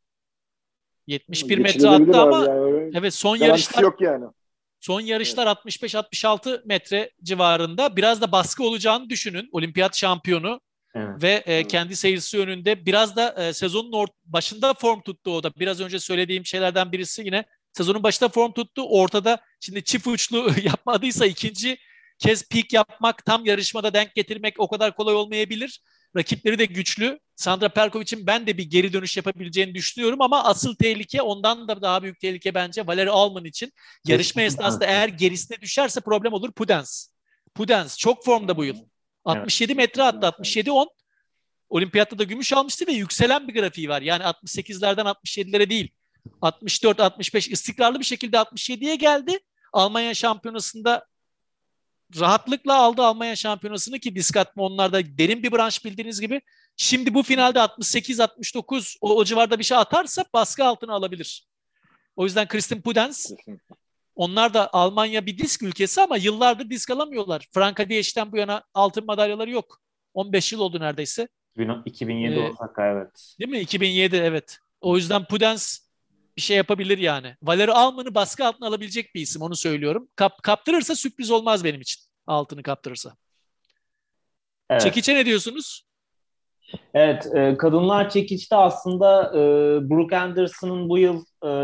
71 metre Geçilebilir attı abi ama yani. evet son Garantisi yarışlar yok yani. Son yarışlar 65-66 metre civarında. Biraz da baskı olacağını düşünün. Olimpiyat şampiyonu Evet. ve kendi seyircisi önünde biraz da sezonun başında form tuttu o da. Biraz önce söylediğim şeylerden birisi yine sezonun başında form tuttu. Ortada şimdi çift uçlu yapmadıysa ikinci kez peak yapmak, tam yarışmada denk getirmek o kadar kolay olmayabilir. Rakipleri de güçlü. Sandra Perkovic'in ben de bir geri dönüş yapabileceğini düşünüyorum ama asıl tehlike ondan da daha büyük tehlike bence Valerie Alman için. Yarışma esnasında eğer gerisine düşerse problem olur Pudens çok formda bu yıl. 67 metre attı, 67-10. Olimpiyatta da gümüş almıştı ve yükselen bir grafiği var. Yani 68'lerden 67'lere değil. 64-65 istikrarlı bir şekilde 67'ye geldi. Almanya şampiyonasında rahatlıkla aldı Almanya şampiyonasını ki disk atma onlarda derin bir branş bildiğiniz gibi. Şimdi bu finalde 68-69 o civarda bir şey atarsa baskı altına alabilir. O yüzden Kristin Pudens, onlar da Almanya bir disk ülkesi ama yıllardır disk alamıyorlar. Franka Diyeş'ten bu yana altın madalyaları yok. 15 yıl oldu neredeyse. 2007 Osaka evet. Değil mi? 2007 evet. O yüzden Pudens bir şey yapabilir yani. Valerie Alman'ı baskı altına alabilecek bir isim onu söylüyorum. Kaptırırsa sürpriz olmaz benim için. Altını kaptırırsa. Evet. Çekiç'e ne diyorsunuz? Evet, kadınlar çekiçte aslında Brooke Anderson'ın bu yıl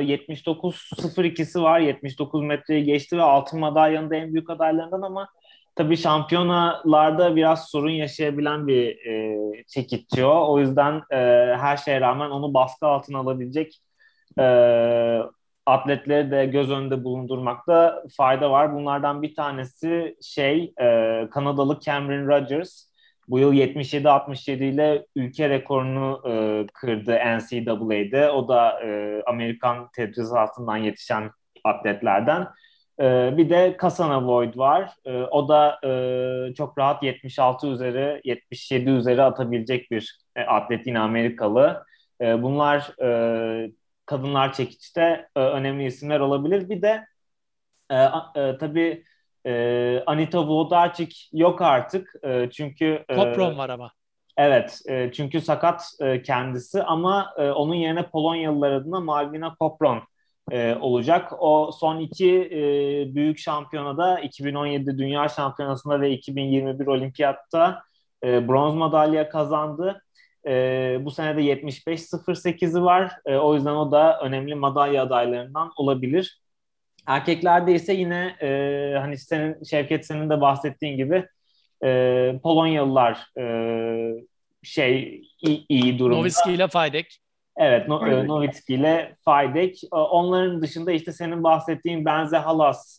79.02'si var. 79 metreyi geçti ve altın madalyanın da en büyük adaylarından ama tabii şampiyonalarda biraz sorun yaşayabilen bir çekiççi o. O yüzden her şeye rağmen onu baskı altına alabilecek e, atletleri de göz önünde bulundurmakta fayda var. Bunlardan bir tanesi Kanadalı Cameron Rogers. Bu yıl 77-67 ile ülke rekorunu kırdı NCAA'de. O da Amerikan tedrisatından yetişen atletlerden. Bir de Kasana Void var. O da çok rahat 76 üzeri, 77 üzeri atabilecek bir atlet yine Amerikalı. Bunlar kadınlar çekiçte önemli isimler olabilir. Bir de tabii Anita Wlodarczyk yok artık. Çünkü Kopron var ama. evet, çünkü sakat kendisi ama onun yerine Polonyalılar adına Malwina Kopron olacak. O son iki büyük şampiyonada 2017 Dünya Şampiyonası'nda ve 2021 Olimpiyat'ta bronz madalya kazandı. Bu sene de 75.08'i var. O yüzden o da önemli madalya adaylarından olabilir. Erkeklerde ise yine hani Şevket senin de bahsettiğin gibi Polonyalılar iyi durumda. Nowitzki ile Fajdek. Evet, Nowitzki ile Fajdek. Onların dışında işte senin bahsettiğin Benze Halas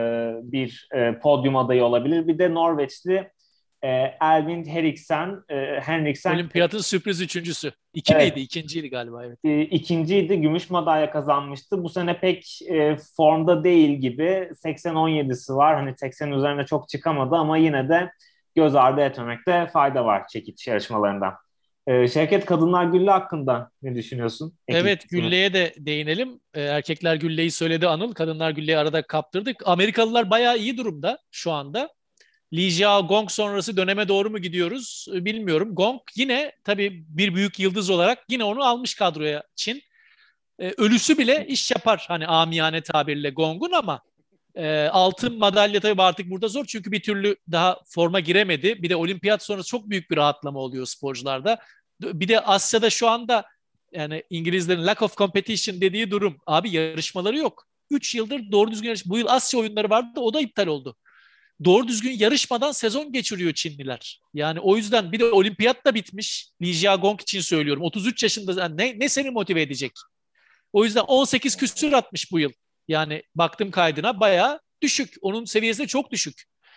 bir podyum adayı olabilir. Bir de Norveçli Elvind Henriksen. Olimpiyatın sürpriz üçüncüsü. İki evet. miydi? İkinciydi galiba. Evet. İkinciydi. Gümüş madalya kazanmıştı. Bu sene pek formda değil gibi. 80-17'si var. Hani 80 üzerine çok çıkamadı ama yine de göz ardı etmemekte fayda var çekiç yarışmalarından. Şevket, kadınlar gülle hakkında ne düşünüyorsun? Evet, gülleye de değinelim. Erkekler gülleyi söyledi Anıl. Kadınlar gülleyi arada kaptırdık. Amerikalılar bayağı iyi durumda şu anda. Li Jiao Gong sonrası döneme doğru mu gidiyoruz bilmiyorum. Gong yine tabii bir büyük yıldız olarak yine onu almış kadroya Çin. Ölüsü bile iş yapar hani amiyane tabirle Gong'un ama altın madalya tabii artık burada zor çünkü bir türlü daha forma giremedi. Bir de olimpiyat sonrası çok büyük bir rahatlama oluyor sporcularda. Bir de Asya'da şu anda yani İngilizlerin lack of competition dediği durum. Abi yarışmaları yok. 3 yıldır doğru düzgün yarış. Bu yıl Asya oyunları vardı, o da iptal oldu. Doğru düzgün yarışmadan sezon geçiriyor Çinliler. Yani o yüzden bir de olimpiyat da bitmiş. Li Jiagong için söylüyorum. 33 yaşında yani ne seni motive edecek? O yüzden 18 küsür atmış bu yıl. Yani baktım kaydına bayağı düşük. Onun seviyesi de çok düşük.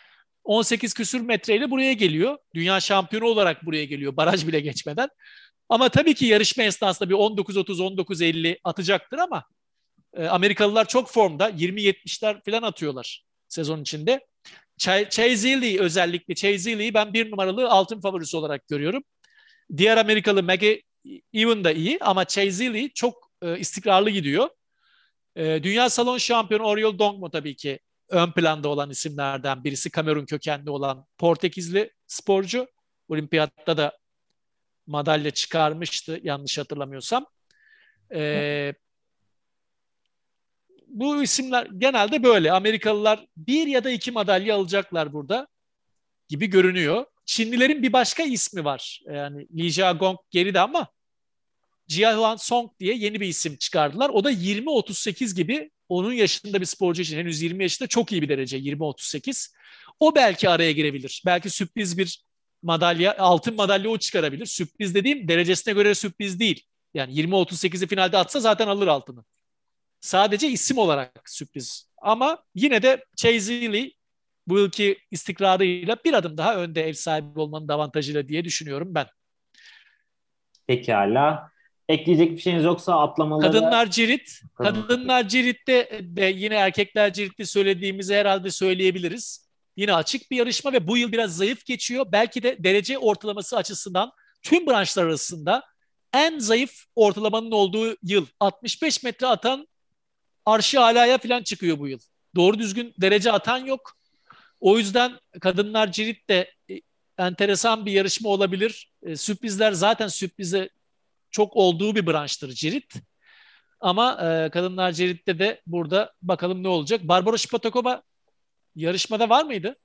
18 küsür metreyle buraya geliyor. Dünya şampiyonu olarak buraya geliyor. Baraj bile geçmeden. Ama tabii ki yarışma esnasında bir 19.30, 19.50 atacaktır ama Amerikalılar çok formda. 20.70'ler falan atıyorlar sezon içinde. Chazili özellikle. Chazili'yi ben bir numaralı altın favorisi olarak görüyorum. Diğer Amerikalı Maggie Ewan da iyi ama Chazili çok istikrarlı gidiyor. Dünya salon şampiyonu Oriol Dongmo tabii ki ön planda olan isimlerden birisi. Kamerun kökenli olan Portekizli sporcu. Olimpiyatta da madalya çıkarmıştı yanlış hatırlamıyorsam. Bu isimler genelde böyle. Amerikalılar bir ya da iki madalya alacaklar burada gibi görünüyor. Çinlilerin bir başka ismi var. Yani Li Jiagong geride ama Jiahuan Song diye yeni bir isim çıkardılar. O da 20-38 gibi onun yaşında bir sporcu için henüz 20 yaşında çok iyi bir derece 20-38. O belki araya girebilir. Belki sürpriz bir madalya, altın madalya o çıkarabilir. Sürpriz dediğim derecesine göre sürpriz değil. Yani 20-38'i finalde atsa zaten alır altını. Sadece isim olarak sürpriz. Ama yine de Chazili bu yılki istikrarıyla bir adım daha önde ev sahibi olmanın avantajıyla diye düşünüyorum ben. Pekala. Ekleyecek bir şeyiniz yoksa atlamaları... Kadınlar cirit. Kadınlar ciritte de yine erkekler ciritte söylediğimizi herhalde söyleyebiliriz. Yine açık bir yarışma ve bu yıl biraz zayıf geçiyor. Belki de derece ortalaması açısından tüm branşlar arasında en zayıf ortalamanın olduğu yıl. 65 metre atan arşı alaya falan çıkıyor bu yıl. Doğru düzgün derece atan yok. O yüzden kadınlar cirit de enteresan bir yarışma olabilir. Sürprizler zaten sürprize çok olduğu bir branştır cirit. Ama kadınlar ciritte de burada bakalım ne olacak. Barbara Şpatakova yarışmada var mıydı?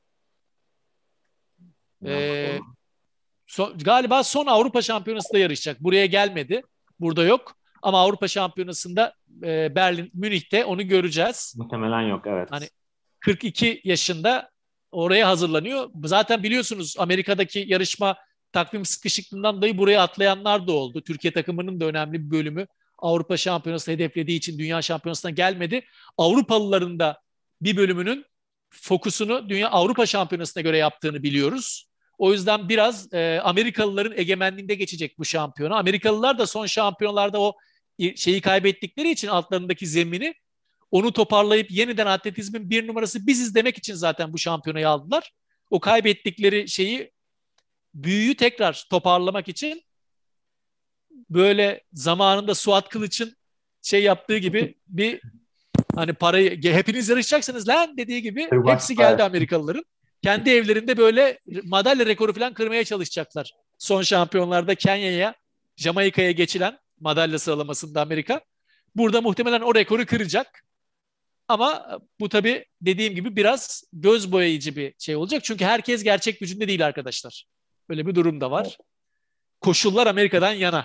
Galiba son Avrupa Şampiyonası'nda yarışacak. Buraya gelmedi. Burada yok. Ama Avrupa Şampiyonası'nda Berlin, Münih'te onu göreceğiz. Muhtemelen yok, evet. Hani 42 yaşında oraya hazırlanıyor. Zaten biliyorsunuz Amerika'daki yarışma takvim sıkışıklığından dolayı buraya atlayanlar da oldu. Türkiye takımının da önemli bir bölümü Avrupa Şampiyonası hedeflediği için Dünya Şampiyonası'na gelmedi. Avrupalıların da bir bölümünün fokusunu Dünya Avrupa Şampiyonası'na göre yaptığını biliyoruz. O yüzden biraz Amerikalıların egemenliğinde geçecek bu şampiyona. Amerikalılar da son şampiyonlarda o şeyi kaybettikleri için altlarındaki zemini onu toparlayıp yeniden atletizmin bir numarası biziz demek için zaten bu şampiyonayı aldılar. O kaybettikleri büyüyü tekrar toparlamak için böyle zamanında Suat Kılıç'ın şey yaptığı gibi bir hani parayı hepiniz yarışacaksınız lan dediği gibi Kırbaç hepsi geldi parası. Amerikalıların. Kendi evlerinde böyle madalya rekoru falan kırmaya çalışacaklar. Son şampiyonlarda Kenya'ya, Jamaika'ya geçilen madalya sıralamasında Amerika. Burada muhtemelen o rekoru kıracak. Ama bu tabii dediğim gibi biraz göz boyayıcı bir şey olacak. Çünkü herkes gerçek gücünde değil arkadaşlar. Böyle bir durum da var. Koşullar Amerika'dan yana.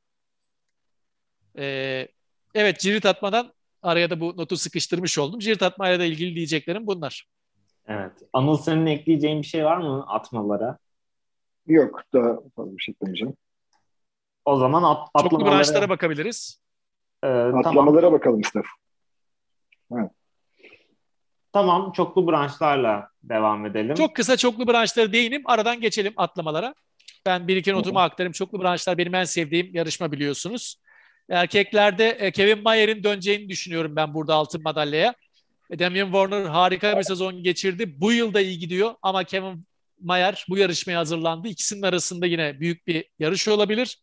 Evet, cirit atmadan araya da bu notu sıkıştırmış oldum. Cirit atmayla da ilgili diyeceklerim bunlar. Evet. Anıl, senin ekleyeceğin bir şey var mı atmalara? Yok, daha fazla bir şey etmeyeceğim. O zaman Çoklu branşlara atlamalara bakabiliriz. tamam. Atlamalara bakalım Mustafa. Evet. Tamam, çoklu branşlarla devam edelim. Çok kısa çoklu branşlara değinip aradan geçelim atlamalara. Ben bir iki notumu aktarayım. Çoklu branşlar benim en sevdiğim yarışma biliyorsunuz. Erkeklerde Kevin Mayer'in döneceğini düşünüyorum ben burada altın madalyaya. Damian Warner harika bir sezon geçirdi. Bu yıl da iyi gidiyor ama Kevin Mayer bu yarışmaya hazırlandı. İkisinin arasında yine büyük bir yarış olabilir.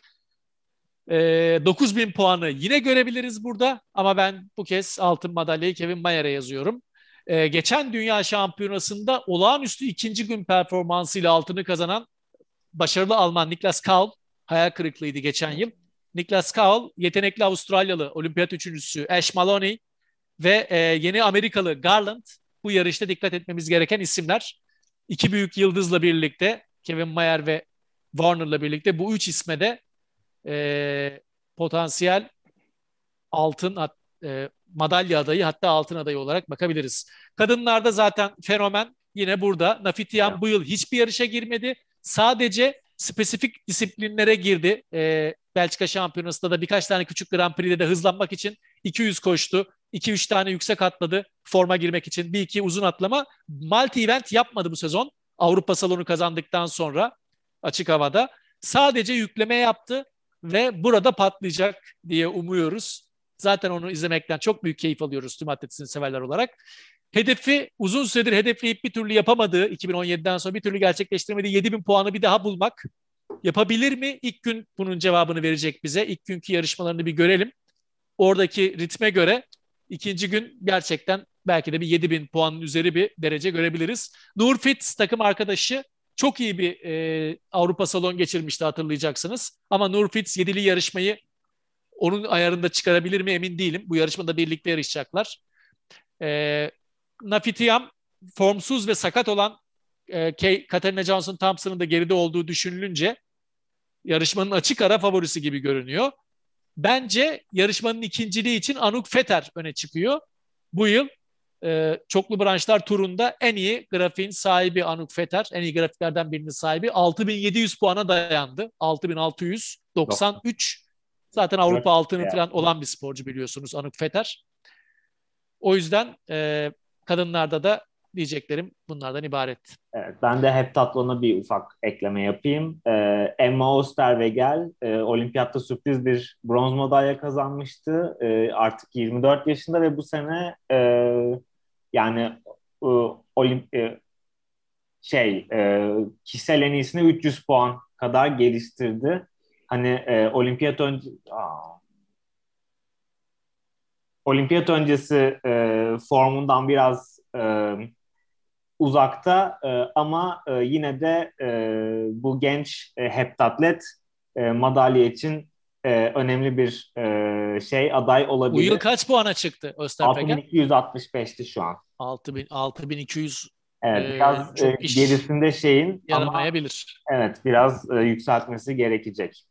9.000 puanı yine görebiliriz burada ama ben bu kez altın madalyayı Kevin Mayer'e yazıyorum. Geçen Dünya Şampiyonası'nda olağanüstü ikinci gün performansıyla altını kazanan başarılı Alman Niklas Kaul hayal kırıklığıydı geçen yıl. Niklas Kaul, yetenekli Avustralyalı olimpiyat üçüncüsü Ash Maloney ve yeni Amerikalı Garland bu yarışta dikkat etmemiz gereken isimler. İki büyük yıldızla birlikte Kevin Mayer ve Warner'la birlikte bu üç isme de potansiyel altın madalya adayı hatta altın adayı olarak bakabiliriz. Kadınlarda zaten fenomen yine burada. Nafitiyan bu yıl hiçbir yarışa girmedi. Sadece spesifik disiplinlere girdi. Belçika Şampiyonası'nda da birkaç tane küçük Grand Prix'de de hızlanmak için 200 koştu. 2-3 tane yüksek atladı forma girmek için. Bir iki uzun atlama. Multi event yapmadı bu sezon. Avrupa salonu kazandıktan sonra açık havada. Sadece yükleme yaptı ve burada patlayacak diye umuyoruz. Zaten onu izlemekten çok büyük keyif alıyoruz tüm atletizm severler olarak. Hedefi uzun süredir hedefleyip bir türlü yapamadığı 2017'den sonra bir türlü gerçekleştiremediği 7.000 puanı bir daha bulmak. Yapabilir mi? İlk gün bunun cevabını verecek bize. İlk günkü yarışmalarını bir görelim. Oradaki ritme göre ikinci gün gerçekten belki de bir 7.000 puanın üzeri bir derece görebiliriz. Nur Fitz takım arkadaşı çok iyi bir Avrupa salon geçirmişti hatırlayacaksınız. Ama Nur Fitz 7'li yarışmayı onun ayarında çıkarabilir mi emin değilim. Bu yarışmada birlikte yarışacaklar. Nafitiam formsuz ve sakat olan Katarina Johnson-Thompson'ın da geride olduğu düşünülünce yarışmanın açık ara favorisi gibi görünüyor. Bence yarışmanın ikinciliği için Anouk Fetter öne çıkıyor. Bu yıl çoklu branşlar turunda en iyi grafiğin sahibi Anouk Fetter. En iyi grafiklerden birinin sahibi. 6.700 puana dayandı. 6.693. Zaten Avrupa altını falan olan bir sporcu biliyorsunuz Anouk Fetter. O yüzden kadınlarda da diyeceklerim bunlardan ibaret. Evet, ben de heptatlona bir ufak ekleme yapayım. Emma Osterwegel olimpiyatta sürpriz bir bronz madalya kazanmıştı. Artık 24 yaşında ve bu sene yani kişisel en iyisini 300 puan kadar geliştirdi. Hani olimpiyat öncesi formundan biraz uzakta ama yine de bu genç heptatlet madalya için önemli bir aday olabilir. Bu yıl kaç puana çıktı Österpegen? 6.265'ti şu an. 6.200 Evet, biraz gerisinde yaramayabilir. Ama evet, biraz yükseltmesi gerekecek.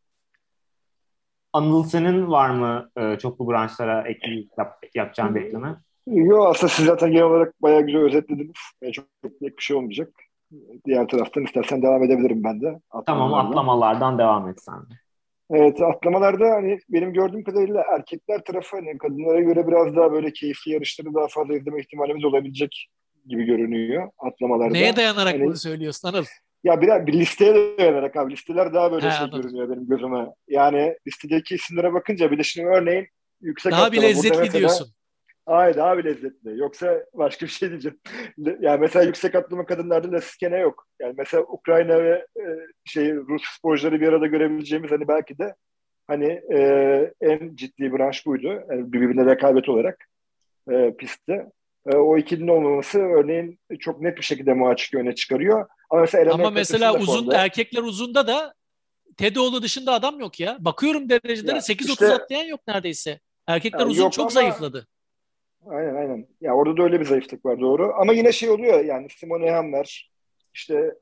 Anıl, senin var mı çoklu branşlara yapacağın bir ekleme? Yok, aslında siz zaten genel olarak bayağı güzel özetlediniz. Çok net bir şey olmayacak. Diğer taraftan istersen devam edebilirim ben de. Tamam, atlamalardan devam et sen de. Evet, atlamalarda hani benim gördüğüm kadarıyla erkekler tarafı hani kadınlara göre biraz daha böyle keyifli yarışları daha fazla izleme ihtimalimiz olabilecek gibi görünüyor atlamalarda. Neye dayanarak bunu söylüyorsun Anıl? Ya bir listeye dayanarak abi. Listeler daha böyle anladım. görünüyor benim gözüme. Yani listedeki isimlere bakınca bir de şimdi örneğin yüksek daha bir lezzetli mesela, diyorsun. Ay, daha bir lezzetli. Yoksa başka bir şey diyeceğim. Yani mesela yüksek atlama kadınlarda Leskene yok. Yani mesela Ukrayna ve Rus sporcuları bir arada görebileceğimiz hani belki de hani en ciddi branş buydu. Yani birbirine rekabet olarak pistte. O ikilinin olmaması örneğin çok net bir şekilde Moaçik'i öne çıkarıyor. Ama mesela uzun erkekler uzunda da Tedoğlu dışında adam yok ya. Bakıyorum derecelere 8.30 atlayan yok neredeyse. Erkekler uzun çok zayıfladı. Aynen. Ya orada da öyle bir zayıflık var, doğru. Ama yine şey oluyor yani Simone Hammer işte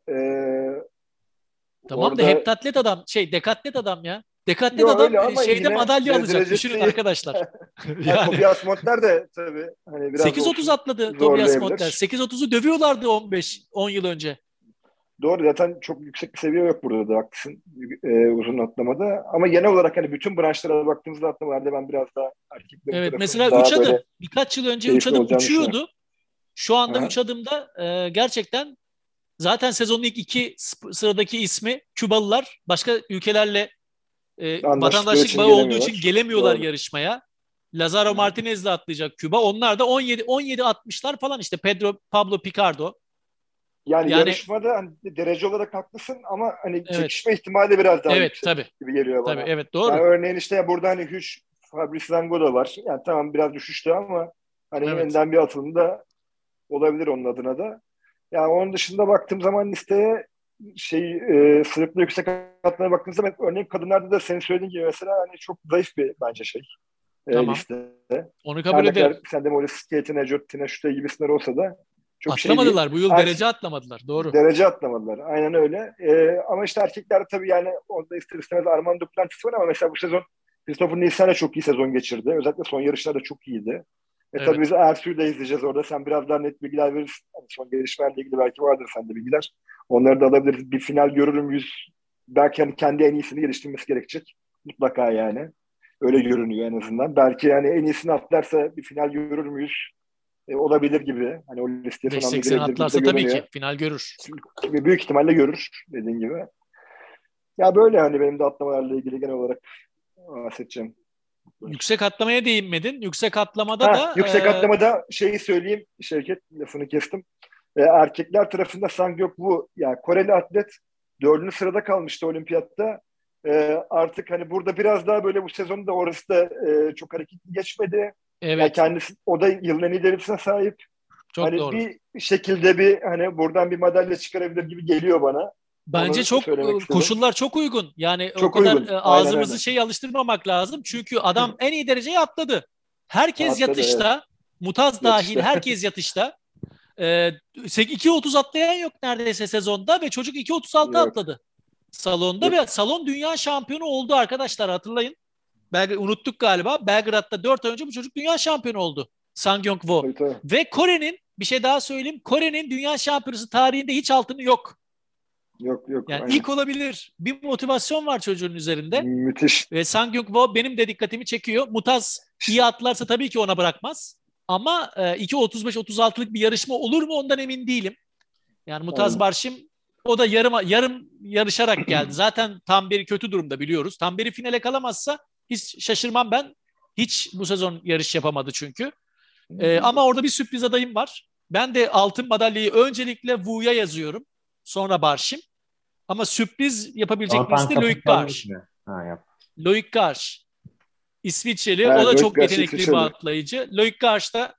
tamam orada... da heptatlet adam dekatlet adam ya. Dekatlet adam şeyde madalya alacak. Düşünün arkadaşlar. Yani Tobias Motter de tabii hani biraz 8.30 atladı Tobias Motter. 8.30'u dövüyorlardı 10 yıl önce. Doğru, zaten çok yüksek bir seviye yok burada da, haklısın uzun atlamada. Ama genel olarak hani bütün branşlara baktığımızda atlamalarda ben biraz daha erkeklerin evet, tarafının mesela daha 3 adım. böyle Birkaç yıl önce 3 adım uçuyordu. Şu anda Aha. 3 adımda gerçekten zaten sezonun ilk 2 sıradaki ismi Kübalılar. Başka ülkelerle vatandaşlık bağı olduğu için gelemiyorlar yarışmaya. Lazaro Martinez de atlayacak Küba. Onlar da 17 60'lar falan işte Pablo Picardo. Yani yarışmada hani derece olarak haklısın ama hani evet. çekişme ihtimali biraz daha yüksek tabii. gibi geliyor bana. Tabii, evet, doğru. Yani örneğin işte burada hani Hüş, Fabrice Zango da var. Yani tamam biraz düşüştü ama hani yeniden bir atılım da olabilir onun adına da. Yani onun dışında baktığım zaman listeye sırıkla yüksek atmaya baktığım zaman örneğin kadınlarda da senin söylediğin gibi mesela hani çok zayıf bir bence tamam. liste. Onu kabul ederim. Sen de Molly Skate, Necdet, Tina Şute gibi isimler olsa da çok atlamadılar. Bu yıl derece atlamadılar. Doğru. Derece atlamadılar. Aynen öyle. Ama işte erkekler tabii yani orada ister istemez Armand Duplantis var ama mesela bu sezon Christopher Nielsen de çok iyi sezon geçirdi. Özellikle son yarışlarda çok iyiydi. Tabii biz Ersu'yu da izleyeceğiz orada. Sen biraz daha net bilgiler verirsin. Yani son gelişmelerle ilgili belki vardır sende bilgiler. Onları da alabiliriz. Bir final görür müyüz? Belki hani kendi en iyisini geliştirmesi gerekecek. Mutlaka yani. Öyle görünüyor en azından. Belki yani en iyisini atlarsa bir final görür müyüz? Olabilir gibi. Hani o listeye son anda 5.80 atlarsa tabii ki final görür. Büyük ihtimalle görür dediğin gibi. Ya böyle hani benim de atlamalarla ilgili genel olarak bahsedeceğim. Yüksek atlamaya değinmedin. Yüksek atlamada yüksek atlamada şeyi söyleyeyim Şevket, lafını kestim. Erkekler tarafında Sang-Yok Woo yani Koreli atlet 4. sırada kalmıştı olimpiyatta. Artık hani burada biraz daha böyle bu sezonda orası da çok hareketli geçmedi. Evet. Yani kendisi o da yılın en iyi derecesine sahip. Çok hani doğru. Bir şekilde hani buradan bir madalya çıkarabilir gibi geliyor bana. Bence çok koşullar çok uygun. Yani çok o kadar uygun. Ağzımızı alıştırmamak lazım. Çünkü adam en iyi dereceyi atladı. Herkes yatışta. Evet. Mutaz dahil herkes yatışta. 2.30 atlayan yok neredeyse sezonda ve çocuk 2.36 atladı. Salonda yok. Ve salon dünya şampiyonu oldu arkadaşlar, hatırlayın. Unuttuk galiba. Belgrad'da 4 ay önce bu çocuk dünya şampiyonu oldu. Sang-Yok Woo. Evet. Ve Kore'nin, bir şey daha söyleyeyim. Kore'nin dünya şampiyonası tarihinde hiç altını yok. Yok. Yani aynen. İlk olabilir. Bir motivasyon var çocuğun üzerinde. Müthiş. Ve Sang-Yok Woo benim de dikkatimi çekiyor. Mutaz iyi atlarsa tabii ki ona bırakmaz. Ama 2.35-36'lık bir yarışma olur mu ondan emin değilim. Yani Mutaz Barşim o da yarım yarışarak geldi. Zaten Tamberi kötü durumda biliyoruz. Tamberi finale kalamazsa hiç şaşırmam ben. Hiç bu sezon yarış yapamadı çünkü. Ama orada bir sürpriz adayım var. Ben de altın madalyayı öncelikle Wu'ya yazıyorum. Sonra Barşim. Ama sürpriz yapabilecek birisi de Loic Garş. Loic Garş. İsviçreli. O da çok yetenekli bir atlayıcı. Loic Garş da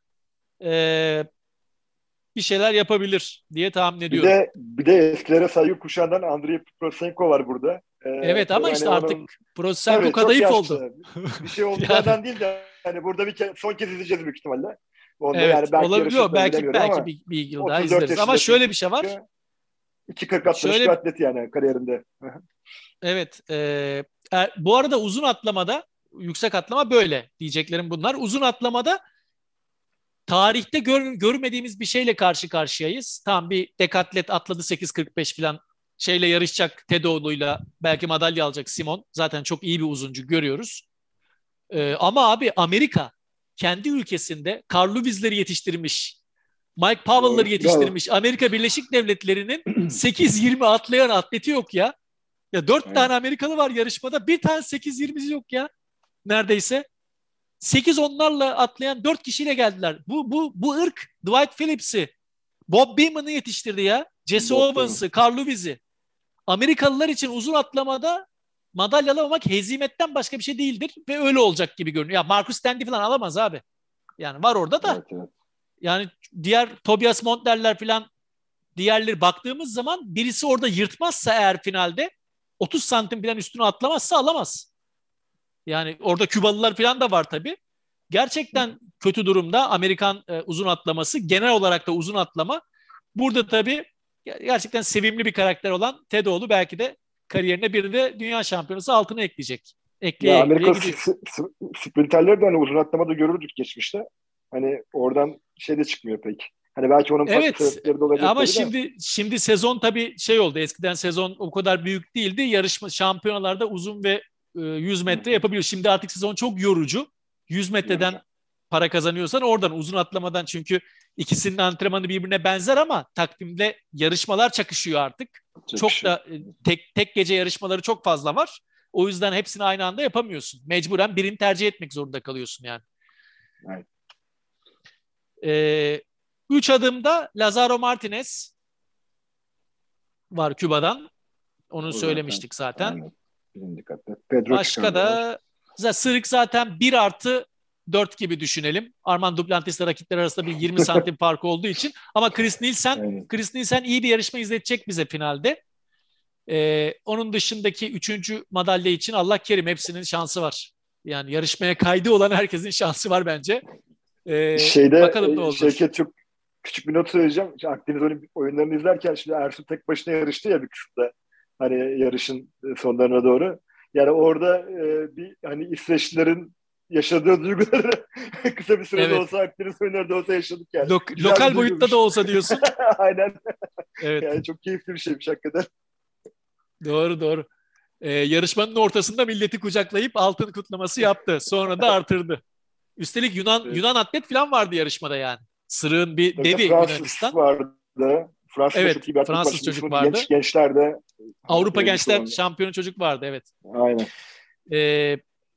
bir şeyler yapabilir diye tahmin ediyorum. Bir de eskilere saygı kuşağından Andrei Prosenko var burada. Evet ama işte artık Prosenko kadayıf oldu. Bir şey olduğundan değil de hani burada son kez izleyeceğiz büyük ihtimalle. Onda evet, yani belki olabiliyor. Belki bir yıl daha izleriz. Ama şöyle bir şey var. 2.40 atlamış bir atlet yani kariyerinde. Evet. Bu arada uzun atlamada, yüksek atlama böyle diyeceklerim bunlar. Uzun atlamada tarihte görmediğimiz bir şeyle karşı karşıyayız. Tam bir dekatlet atladı 8.45 falan. Şeyle yarışacak Tedoğlu'yla, belki madalya alacak Simon. Zaten çok iyi bir uzuncu görüyoruz. Ama abi Amerika kendi ülkesinde Carl Lewis'leri yetiştirmiş. Mike Powell'ları yetiştirmiş. Amerika Birleşik Devletleri'nin 8.20 atlayan atleti yok ya. Ya 4 tane Amerikalı var yarışmada. Bir tane 8.20'si yok ya. Neredeyse. 8-10'larla atlayan 4 kişiyle geldiler. Bu ırk Dwight Phillips'i, Bob Beamon'ı yetiştirdi ya. Jesse Owens'ı, Carl Lewis'i. Amerikalılar için uzun atlamada madalya alamamak hezimetten başka bir şey değildir ve öyle olacak gibi görünüyor. Ya Marcus Stanley falan alamaz abi. Yani var orada da. Evet, evet. Yani diğer Tobias Montler'ler falan, diğerleri baktığımız zaman birisi orada yırtmazsa eğer finalde 30 santim falan üstüne atlamazsa alamaz. Yani orada Kübalılar falan da var tabii. Gerçekten kötü durumda Amerikan uzun atlaması. Genel olarak da uzun atlama. Burada tabii gerçekten sevimli bir karakter olan Tedoğlu belki de kariyerine bir de dünya şampiyonası altına ekleyecek. Ya Ekleye ekleye Amerika gidiyor. sprinterleri de hani uzun atlamada görürdük geçmişte. Hani oradan şey de çıkmıyor pek. Hani belki onun farklı Evet sebepleri de olabilir ama tabii de. şimdi sezon tabii şey oldu. Eskiden sezon o kadar büyük değildi. Yarışma şampiyonalarda uzun ve 100 metre yapabiliyor. Şimdi artık sezon çok yorucu. 100 metreden para kazanıyorsan oradan, uzun atlamadan, çünkü ikisinin antrenmanı birbirine benzer ama takvimde yarışmalar çakışıyor artık. Çok Çok şey. da tek gece yarışmaları çok fazla var. O yüzden hepsini aynı anda yapamıyorsun. Mecburen birini tercih etmek zorunda kalıyorsun yani. Evet. 3 adımda Lazaro Martinez var Küba'dan. Onu O zaten söylemiştik zaten. aynen. Bilindik hatta. Pedro Başka Chicago var. da Sırık zaten 1+4 gibi düşünelim. Armand Duplantis'le rakipler arasında bir 20 santim farkı olduğu için. Ama Aynen. Chris Nielsen iyi bir yarışma izletecek bize finalde. Onun dışındaki 3. madalya için Allah kerim, hepsinin şansı var. Yani yarışmaya kaydı olan herkesin şansı var bence. Bakalım ne olur. Şevket, çok küçük bir not söyleyeceğim. İşte Akdeniz oyunlarını izlerken şimdi Ersun tek başına yarıştı ya bir kısımda. Hani yarışın sonlarına doğru. Yani orada bir hani İsveçlilerin yaşadığı duyguları kısa bir sürede Evet. olsa, Akdeniz oyunları da olsa yaşadık yani. Güzel Lokal bir boyutta duyguymuş. da olsa diyorsun. Aynen. Evet. Yani çok keyifli bir şeymiş hakikaten. Doğru. Yarışmanın ortasında milleti kucaklayıp altın kutlaması yaptı. Sonra da artırdı. Üstelik Evet. Yunan atlet falan vardı yarışmada yani. Sırığın bir Tabii de devi Fransız Yunanistan. vardı. Fransa'da Evet, çok iyi bir atlet var. Fransız Şimdi çocuk ismini vardı. gençlerde Avrupa verilmiş Gençler olan. Şampiyonu çocuk vardı, evet. Aynen. Ee,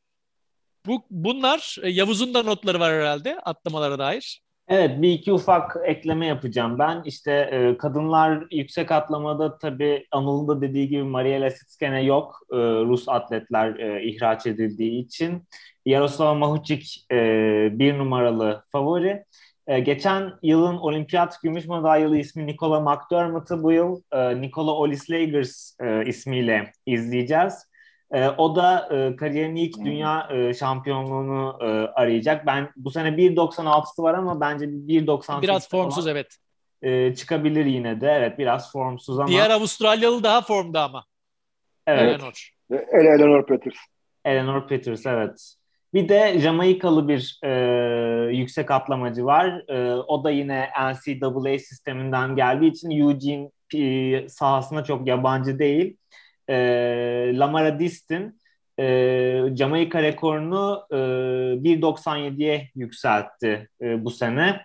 bunlar Yavuz'un da notları var herhalde atlamalara dair. Evet, bir iki ufak ekleme yapacağım ben. İşte kadınlar yüksek atlamada tabii Anıl'ın da dediği gibi Mariela Sitskene yok. Rus atletler ihraç edildiği için. Yaroslava Mahučik bir numaralı favori. Geçen yılın olimpiyat gümüş madalyalı ismi Nikola McDermott'ı bu yıl Nikola Olislagers ismiyle izleyeceğiz. O da kariyerinin ilk dünya şampiyonluğunu arayacak. Ben bu sene 1.96'sı var ama bence Biraz 1.98 formsuz, falan evet. çıkabilir yine de. Evet, biraz formsuz ama Diğer Avustralyalı daha formda ama. evet. Evet. Eleanor. Eleanor Peters. Eleanor Peters, evet. Bir de Jamaikalı bir yüksek atlamacı var. O da yine NCAA sisteminden geldiği için Eugene sahasına çok yabancı değil. Lamara Distin Jamaika rekorunu 1.97'ye yükseltti bu sene.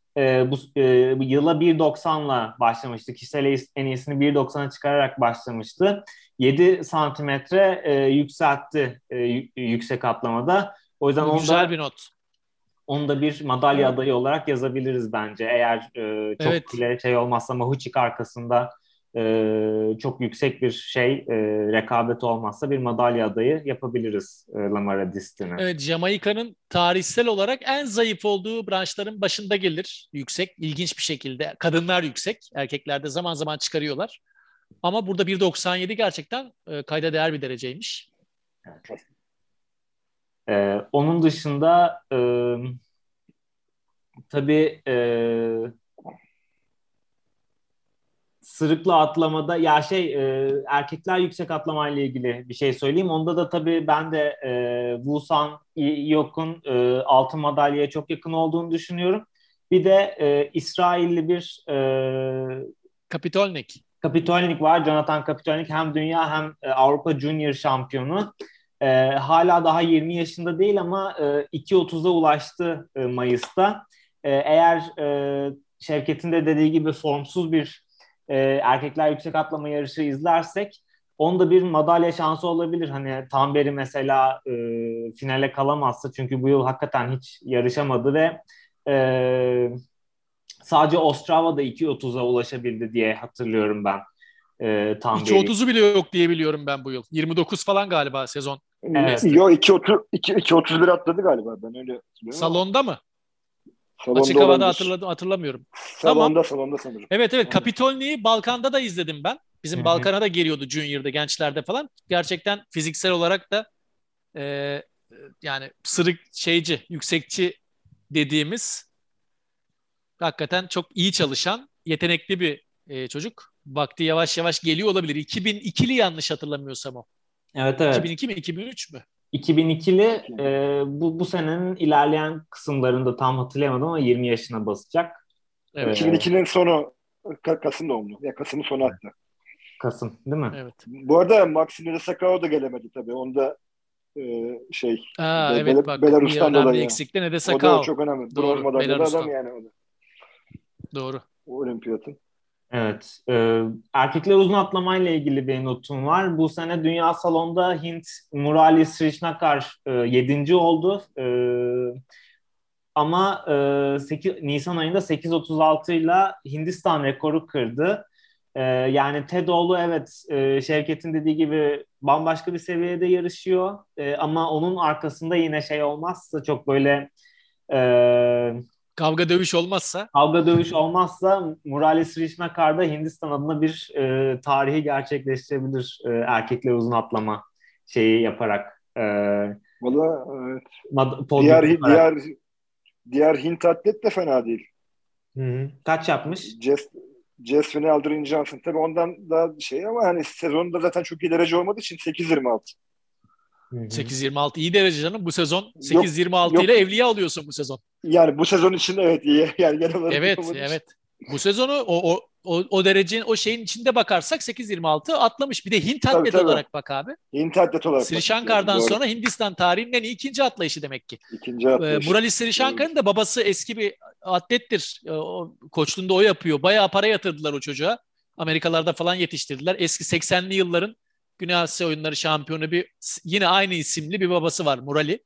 Bu yıla 1.90'la başlamıştı. Kişisel en iyisini 1.90'a çıkararak başlamıştı. 7 santimetre yükseltti yüksek atlamada. O yüzden Bu güzel bir not. onu da bir madalya Evet. adayı olarak yazabiliriz bence. Eğer çok Evet. bile şey olmazsa, Mahučik arkasında çok yüksek bir rekabet olmazsa bir madalya adayı yapabiliriz Lamara Distin'i. Evet, Jamaika'nın tarihsel olarak en zayıf olduğu branşların başında gelir. Yüksek, ilginç bir şekilde. Kadınlar yüksek, erkeklerde zaman zaman çıkarıyorlar. Ama burada 1.97 gerçekten kayda değer bir dereceymiş. Onun dışında tabii sırıkla atlamada erkekler yüksek atlama ile ilgili bir şey söyleyeyim. Onda da tabii ben de Woosan Yok'un altın madalyaya çok yakın olduğunu düşünüyorum. Bir de İsrailli bir Kapitolnik. Kapitolnik var. Jonathan Kapitolnik hem dünya hem Avrupa Junior şampiyonu. Hala daha 20 yaşında değil ama 2.30'a ulaştı Mayıs'ta. Eğer Şevket'in de dediği gibi formsuz bir erkekler yüksek atlama yarışı izlersek onda bir madalya şansı olabilir. Hani Tamberi mesela finale kalamazsa çünkü bu yıl hakikaten hiç yarışamadı ve sadece Ostrava'da 2.30'a ulaşabildi diye hatırlıyorum ben. tam İki 30'u bile yok diye biliyorum ben bu yıl. 29 falan galiba sezon. Evet. Yok 2.31 atladı galiba, ben öyle hatırlıyorum ama. Salonda mı? Salonda Açık havada olabilir. hatırlamıyorum. Tamam. Salonda sanırım. Evet. Aynen. Kapitolni'yi Balkan'da da izledim ben. Bizim Hı hı. Balkan'a da geliyordu Junior'da, gençlerde falan. Gerçekten fiziksel olarak da yani sırık yüksekçi dediğimiz, hakikaten çok iyi çalışan, yetenekli bir çocuk. Vakti yavaş yavaş geliyor olabilir. 2002'li yanlış hatırlamıyorsam o. Evet, evet. 2002 mi 2003 mü? 2002'li bu senenin ilerleyen kısımlarında tam hatırlayamadım ama 20 yaşına basacak. Evet. 2002'nin sonu Kasım doğumlu. Ya Kasım'ın sonu hatta. Kasım değil mi? Evet. Bu arada Maxime Sakao da gelemedi tabii. Onda Evet bak, bir Belarus'tan önemli dolayı. eksikti. Ne de O da Sakao. çok önemli. Bronz Doğru. madalyalı adam Belarus'tan. yani o da. Doğru. O olimpiyatın. Evet. Erkekler uzun atlamayla ilgili bir notum var. Bu sene Dünya Salon'da Hint Murali Srishnakar 7. oldu. Ama Nisan ayında 8.36 ile Hindistan rekoru kırdı. Yani Tedoğlu, evet, Şevket'in dediği gibi bambaşka bir seviyede yarışıyor. Ama onun arkasında yine şey olmazsa, çok böyle Kavga dövüş olmazsa. kavga dövüş olmazsa Murali Srishnakar da Hindistan adına bir tarihi gerçekleştirebilir, erkekler uzun atlama şeyi yaparak. Valla evet. Podyum yaparak. Diğer Hint atlet de fena değil. Hı-hı. Kaç yapmış? Jasmine Aldrin Johnson. Tabii ondan daha şey ama hani sezonunda zaten çok iyi derece olmadığı için 8.26. 8.26 iyi derece canım. Bu sezon Yok 8.26 ile evliya alıyorsun bu sezon. yani bu sezon için evet iyi. Yani genel olarak iyi Evet, olmadığı için. evet. Bu sezonu o derecenin, o şeyin içinde bakarsak 8.26 atlamış. Bir de Hint Tabii atlet tabii. olarak bak abi. Hint atlet olarak Sri bakmak lazım. Shankar'dan Doğru. sonra Hindistan tarihinin en iyi ikinci atlayışı demek ki. İkinci atlayış. Murali Sri Shankar'ın da babası eski bir atlettir. Koçluğunda o yapıyor. Bayağı para yatırdılar o çocuğa. Amerikalarda falan yetiştirdiler. Eski 80'li yılların Güney Asya oyunları şampiyonu yine aynı isimli bir babası var, Murali.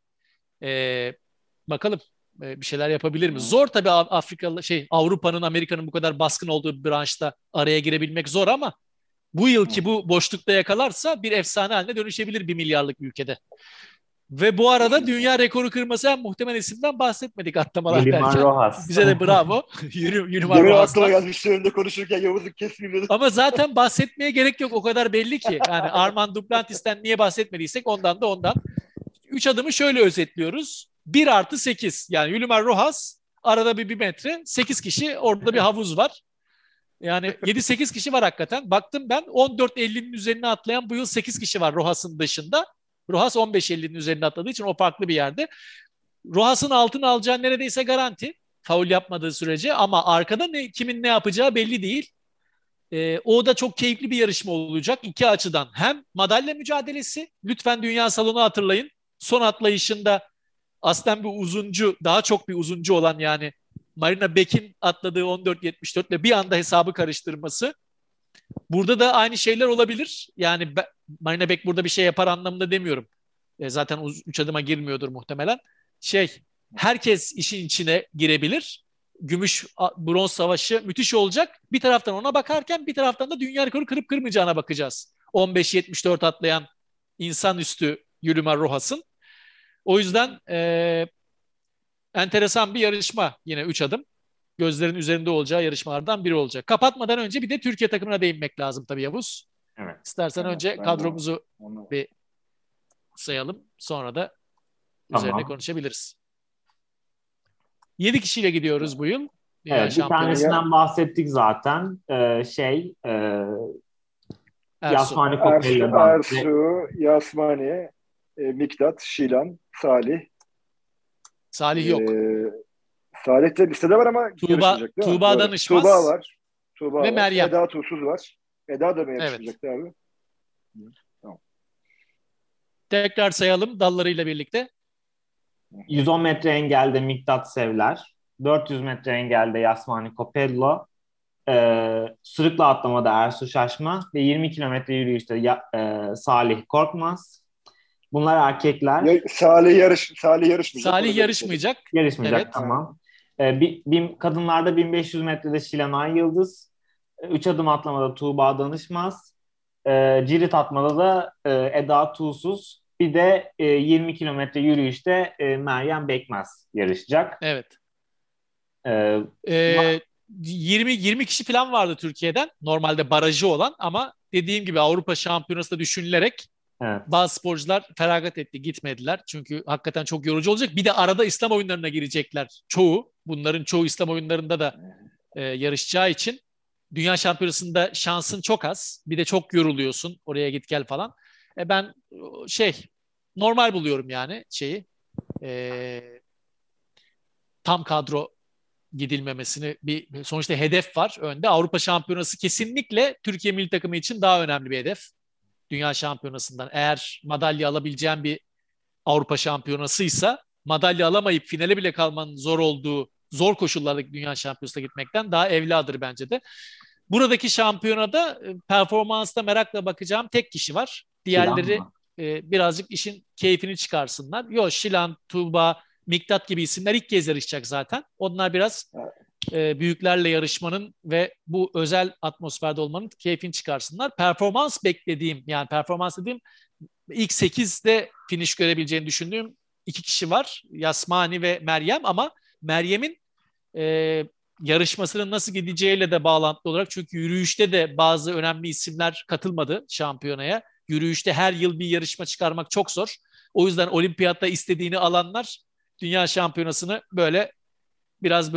Bakalım bir şeyler yapabilir mi? Zor tabii, Avrupa'nın, Amerika'nın bu kadar baskın olduğu bir branşta araya girebilmek zor ama bu yılki bu boşlukta yakalarsa bir efsane haline dönüşebilir 1 milyarlık bir ülkede. Ve bu arada dünya rekoru kırması en muhtemel isimden bahsetmedik atlamalar Yulimar derken. Rojas. Bize de bravo. Yulimar Demin aklıma Rohas'tan. yazmıştı önünde konuşurken Yavuz'u kesmeyeyim. Ama zaten bahsetmeye gerek yok. O kadar belli ki. Yani Armand Duplantis'ten niye bahsetmediysek ondan da ondan. 3 adımı şöyle özetliyoruz. 1+8. Yani Yulimar Rojas, arada bir metre. 8 kişi, orada bir havuz var. Yani 7-8 kişi var hakikaten. Baktım ben, 14.50'nin üzerine atlayan bu yıl 8 kişi var Rojas'ın dışında. Rojas 15.50'nin üzerine atladığı için o farklı bir yerde. Rojas'ın altını alacağı neredeyse garanti. Faul yapmadığı sürece, ama arkada kimin ne yapacağı belli değil. O da çok keyifli bir yarışma olacak iki açıdan. Hem madalya mücadelesi, lütfen dünya salonu hatırlayın. Son atlayışında aslen bir uzuncu, daha çok bir uzuncu olan, yani Marina Beck'in atladığı 14.74 ile bir anda hesabı karıştırması. Burada da aynı şeyler olabilir. Yani Marina Beck burada bir şey yapar anlamında demiyorum. Zaten 3 adıma girmiyordur muhtemelen. Herkes işin içine girebilir. Gümüş bronz savaşı müthiş olacak. Bir taraftan ona bakarken bir taraftan da dünya rekoru kırıp kırmayacağına bakacağız. 15.74 atlayan insanüstü Yulimar Rojas'ın. O yüzden enteresan bir yarışma, yine 3 adım. Gözlerin üzerinde olacağı yarışmalardan biri olacak. Kapatmadan önce bir de Türkiye takımına değinmek lazım tabii Yavuz. Evet. İstersen Evet, önce kadromuzu bir sayalım. Sonra da üzerine konuşabiliriz. 7 kişiyle gidiyoruz bu yıl. Evet, bir tanesinden bahsettik zaten. Yasmani Kopelya'dan. Ersu, Yasmani, Miktat, Şilan, Salih. Salih yok. Salih de listede var ama yarışmayacak değil mi? Tuğba Danışmaz. Tuğba var. Tuğba ve var. Meryem. Eda Tuğsuz var. Eda da mı yarışmayacaktı abi? Tamam. Tekrar sayalım dallarıyla birlikte. 110 metre engelde Miktat Sevler. 400 metre engelde Yasmani Kopello. Sırıkla atlamada Ersu Şaşma ve 20 kilometre yürüyüşte Salih Korkmaz. Bunlar erkekler. Salih yarışmayacak. Salih yarışmayacak. Yarışmayacak, evet. Tamam. Kadınlarda 1500 metrede Şilan Ay Yıldız. 3 adım atlamada Tuğba Danışmaz. Cirit atmada da Eda Tuğsuz. Bir de 20 kilometre yürüyüşte Meryem Bekmez yarışacak. Evet. E, 20 kişi falan vardı Türkiye'den. Normalde barajı olan ama dediğim gibi Avrupa Şampiyonası da düşünülerek evet. bazı sporcular feragat etti, gitmediler. Çünkü hakikaten çok yorucu olacak. Bir de arada İslam oyunlarına girecekler çoğu. Bunların çoğu İslam oyunlarında da yarışacağı için Dünya Şampiyonası'nda şansın çok az. Bir de çok yoruluyorsun. Oraya git gel falan. Ben normal buluyorum yani tam kadro gidilmemesini. Sonuçta hedef var önde. Avrupa Şampiyonası kesinlikle Türkiye milli takımı için daha önemli bir hedef. Dünya Şampiyonası'ndan. Eğer madalya alabileceğin bir Avrupa Şampiyonasıysa madalya alamayıp finale bile kalmanın zor olduğu zor koşullardaki Dünya Şampiyonası'na gitmekten daha evladır bence de. Buradaki şampiyonada performansta merakla bakacağım tek kişi var. Diğerleri birazcık işin keyfini çıkarsınlar. Yok, Şilan, Tuğba, Miktat gibi isimler ilk kez yarışacak zaten. Onlar biraz büyüklerle yarışmanın ve bu özel atmosferde olmanın keyfini çıkarsınlar. Performans dediğim ilk 8'de finish görebileceğini düşündüğüm 2 kişi var. Yasmani ve Meryem ama Meryem'in yarışmasının nasıl gideceğiyle de bağlantılı olarak çünkü yürüyüşte de bazı önemli isimler katılmadı şampiyonaya. Yürüyüşte her yıl bir yarışma çıkarmak çok zor. O yüzden olimpiyatta istediğini alanlar Dünya Şampiyonası'nı biraz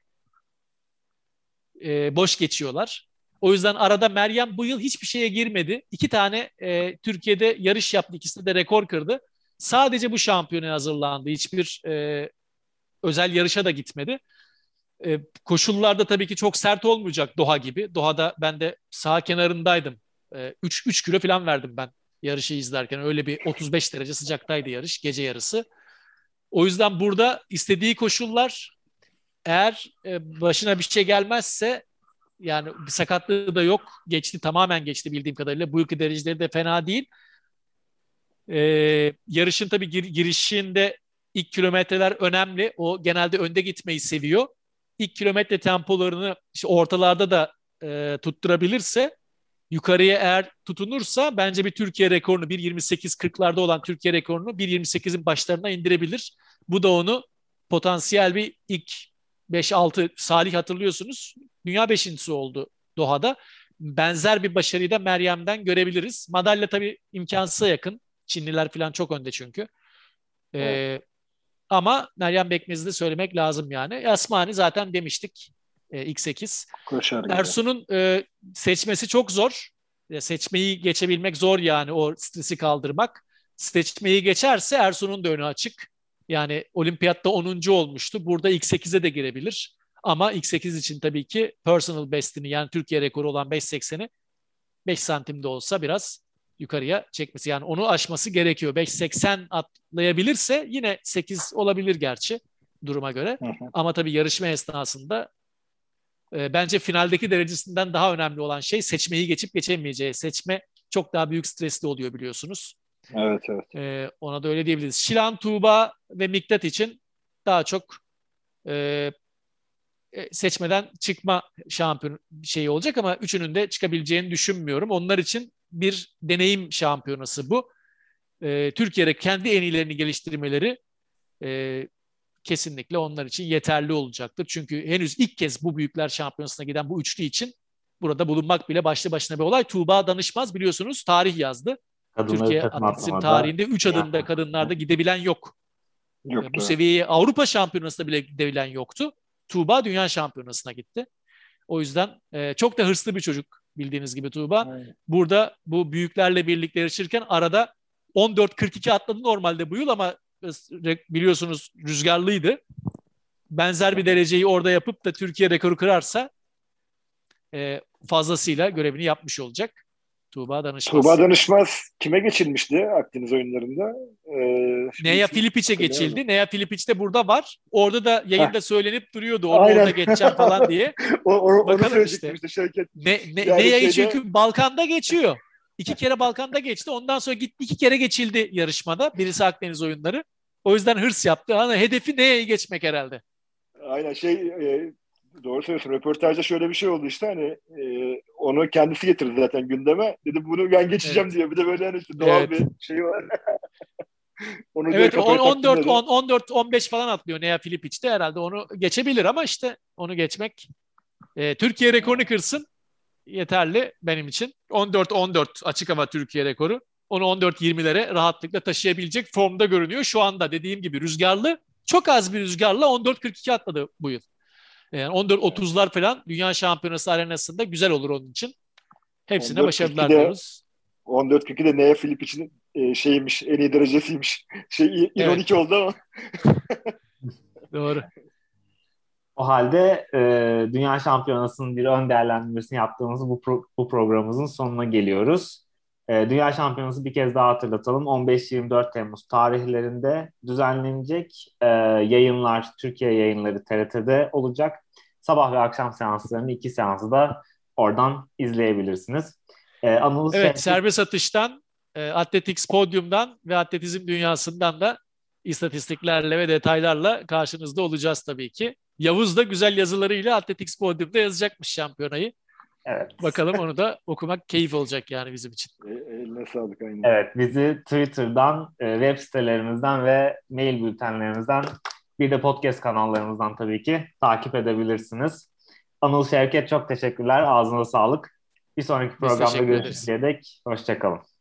boş geçiyorlar. O yüzden arada Meryem bu yıl hiçbir şeye girmedi. 2 tane Türkiye'de yarış yaptı. İkisi de rekor kırdı. Sadece bu şampiyonaya hazırlandı. Hiçbir özel yarışa da gitmedi. Koşullarda tabii ki çok sert olmayacak Doha gibi. Doha'da ben de sağ kenarındaydım. 3 kilo falan verdim ben yarışı izlerken. Öyle bir 35 derece sıcaktaydı yarış, gece yarısı. O yüzden burada istediği koşullar eğer başına bir şey gelmezse yani bir sakatlığı da yok. Tamamen geçti bildiğim kadarıyla. Bu yılki dereceleri de fena değil. Yarışın tabii girişinde ilk kilometreler önemli. O genelde önde gitmeyi seviyor. İlk kilometre tempolarını ortalarda da tutturabilirse yukarıya eğer tutunursa bence bir Türkiye rekorunu 1.28.40'larda olan Türkiye rekorunu 1.28'in başlarına indirebilir. Bu da onu potansiyel bir ilk 5-6 Salih hatırlıyorsunuz. Dünya beşincisi oldu Doha'da. Benzer bir başarıyı da Meryem'den görebiliriz. Madalya tabii imkansıza yakın. Çinliler falan çok önde çünkü. Ama Meryem Bekmez'i de söylemek lazım yani. Yasmani zaten demiştik ilk 8. Ersun'un seçmesi çok zor. Seçmeyi geçebilmek zor yani o stresi kaldırmak. Seçmeyi geçerse Ersun'un da önü açık. Yani olimpiyatta 10. olmuştu. Burada ilk 8'e de girebilir. Ama ilk 8 için tabii ki personal best'ini yani Türkiye rekoru olan 5.80'i 5 santimde olsa biraz yukarıya çekmesi. Yani onu aşması gerekiyor. 5.80 atlayabilirse yine 8 olabilir gerçi duruma göre. Ama tabii yarışma esnasında bence finaldeki derecesinden daha önemli olan şey seçmeyi geçip geçemeyeceği. Seçme çok daha büyük stresli oluyor biliyorsunuz. Evet. Ona da öyle diyebiliriz. Şilan, Tuğba ve Miktat için daha çok seçmeden çıkma şampiyon şeyi olacak ama üçünün de çıkabileceğini düşünmüyorum. Onlar için bir deneyim şampiyonası bu. Türkiye'de kendi en iyilerini geliştirmeleri kesinlikle onlar için yeterli olacaktır. Çünkü henüz ilk kez bu büyükler şampiyonasına giden bu üçlü için burada bulunmak bile başlı başına bir olay. Tuğba Danışmaz biliyorsunuz tarih yazdı. Kadınları Türkiye atletizm tarihinde 3 adımda kadınlarda gidebilen yok. Bu seviyeye Avrupa Şampiyonası'nda bile gidebilen yoktu. Tuğba Dünya Şampiyonası'na gitti. O yüzden çok da hırslı bir çocuk bildiğiniz gibi Tuğba. Evet. Burada bu büyüklerle birlikte yarışırken arada 14.42 atladı normalde bu yıl ama biliyorsunuz rüzgarlıydı. Benzer bir dereceyi orada yapıp da Türkiye rekoru kırarsa fazlasıyla görevini yapmış olacak. Tuğba Danışmaz kime geçilmişti Akdeniz oyunlarında? Nea Filipic'e geçildi. Nea Filipic de burada var. Orada da yayında söylenip duruyordu. Orada geçeceğim falan diye. Bakalım işte. Nea'yı çünkü Balkan'da geçiyor. 2 kere Balkan'da geçti. Ondan sonra gitti 2 kere geçildi yarışmada. Birisi Akdeniz oyunları. O yüzden hırs yaptı. Hedefi Nea'yı geçmek herhalde. Aynen Doğru söylüyorsun. Röportajda şöyle bir şey oldu işte hani onu kendisi getirdi zaten gündeme. Dedi bunu ben geçeceğim diyor. Bir de böyle hani işte doğal bir şey var. Onu diyor Evet, kafaya taktım 14 dedi. 14 15 falan atlıyor Nea Filipic'te, herhalde onu geçebilir ama işte onu geçmek Türkiye rekorunu kırsın yeterli benim için. 14-14 açık hava Türkiye rekoru. Onu 14-20'lere rahatlıkla taşıyabilecek formda görünüyor. Şu anda dediğim gibi rüzgarlı, çok az bir rüzgarla 14-42 atladı bu yıl. Yani 14-30'lar falan Dünya Şampiyonası arenasında güzel olur onun için. Hepsine başarılar 14.42'de diyoruz. 14.42'de Nea Filipic'in şeymiş, en iyi derecesiymiş. İronik Evet, oldu ama. doğru. O halde Dünya Şampiyonası'nın bir ön değerlendirmesini yaptığımız bu programımızın sonuna geliyoruz. Dünya Şampiyonası bir kez daha hatırlatalım. 15-24 Temmuz tarihlerinde düzenlenecek. Yayınlar, Türkiye yayınları TRT'de olacak. Sabah ve akşam seanslarını, iki seansı da oradan izleyebilirsiniz. Anıl Evet, Şevket, serbest atıştan, Athletics Podium'dan ve atletizm dünyasından da istatistiklerle ve detaylarla karşınızda olacağız tabii ki. Yavuz da güzel yazılarıyla Athletics Podium'da yazacakmış şampiyonayı. evet. Bakalım, onu da okumak keyif olacak yani bizim için. Eline sağlık aynen. Evet, bizi Twitter'dan, web sitelerimizden ve mail bültenlerimizden, bir de podcast kanallarımızdan tabii ki takip edebilirsiniz. Anıl Şevket, çok teşekkürler. Ağzına sağlık. Bir sonraki Biz programda teşekkür ederiz. görüşünceye dek hoşça kalın.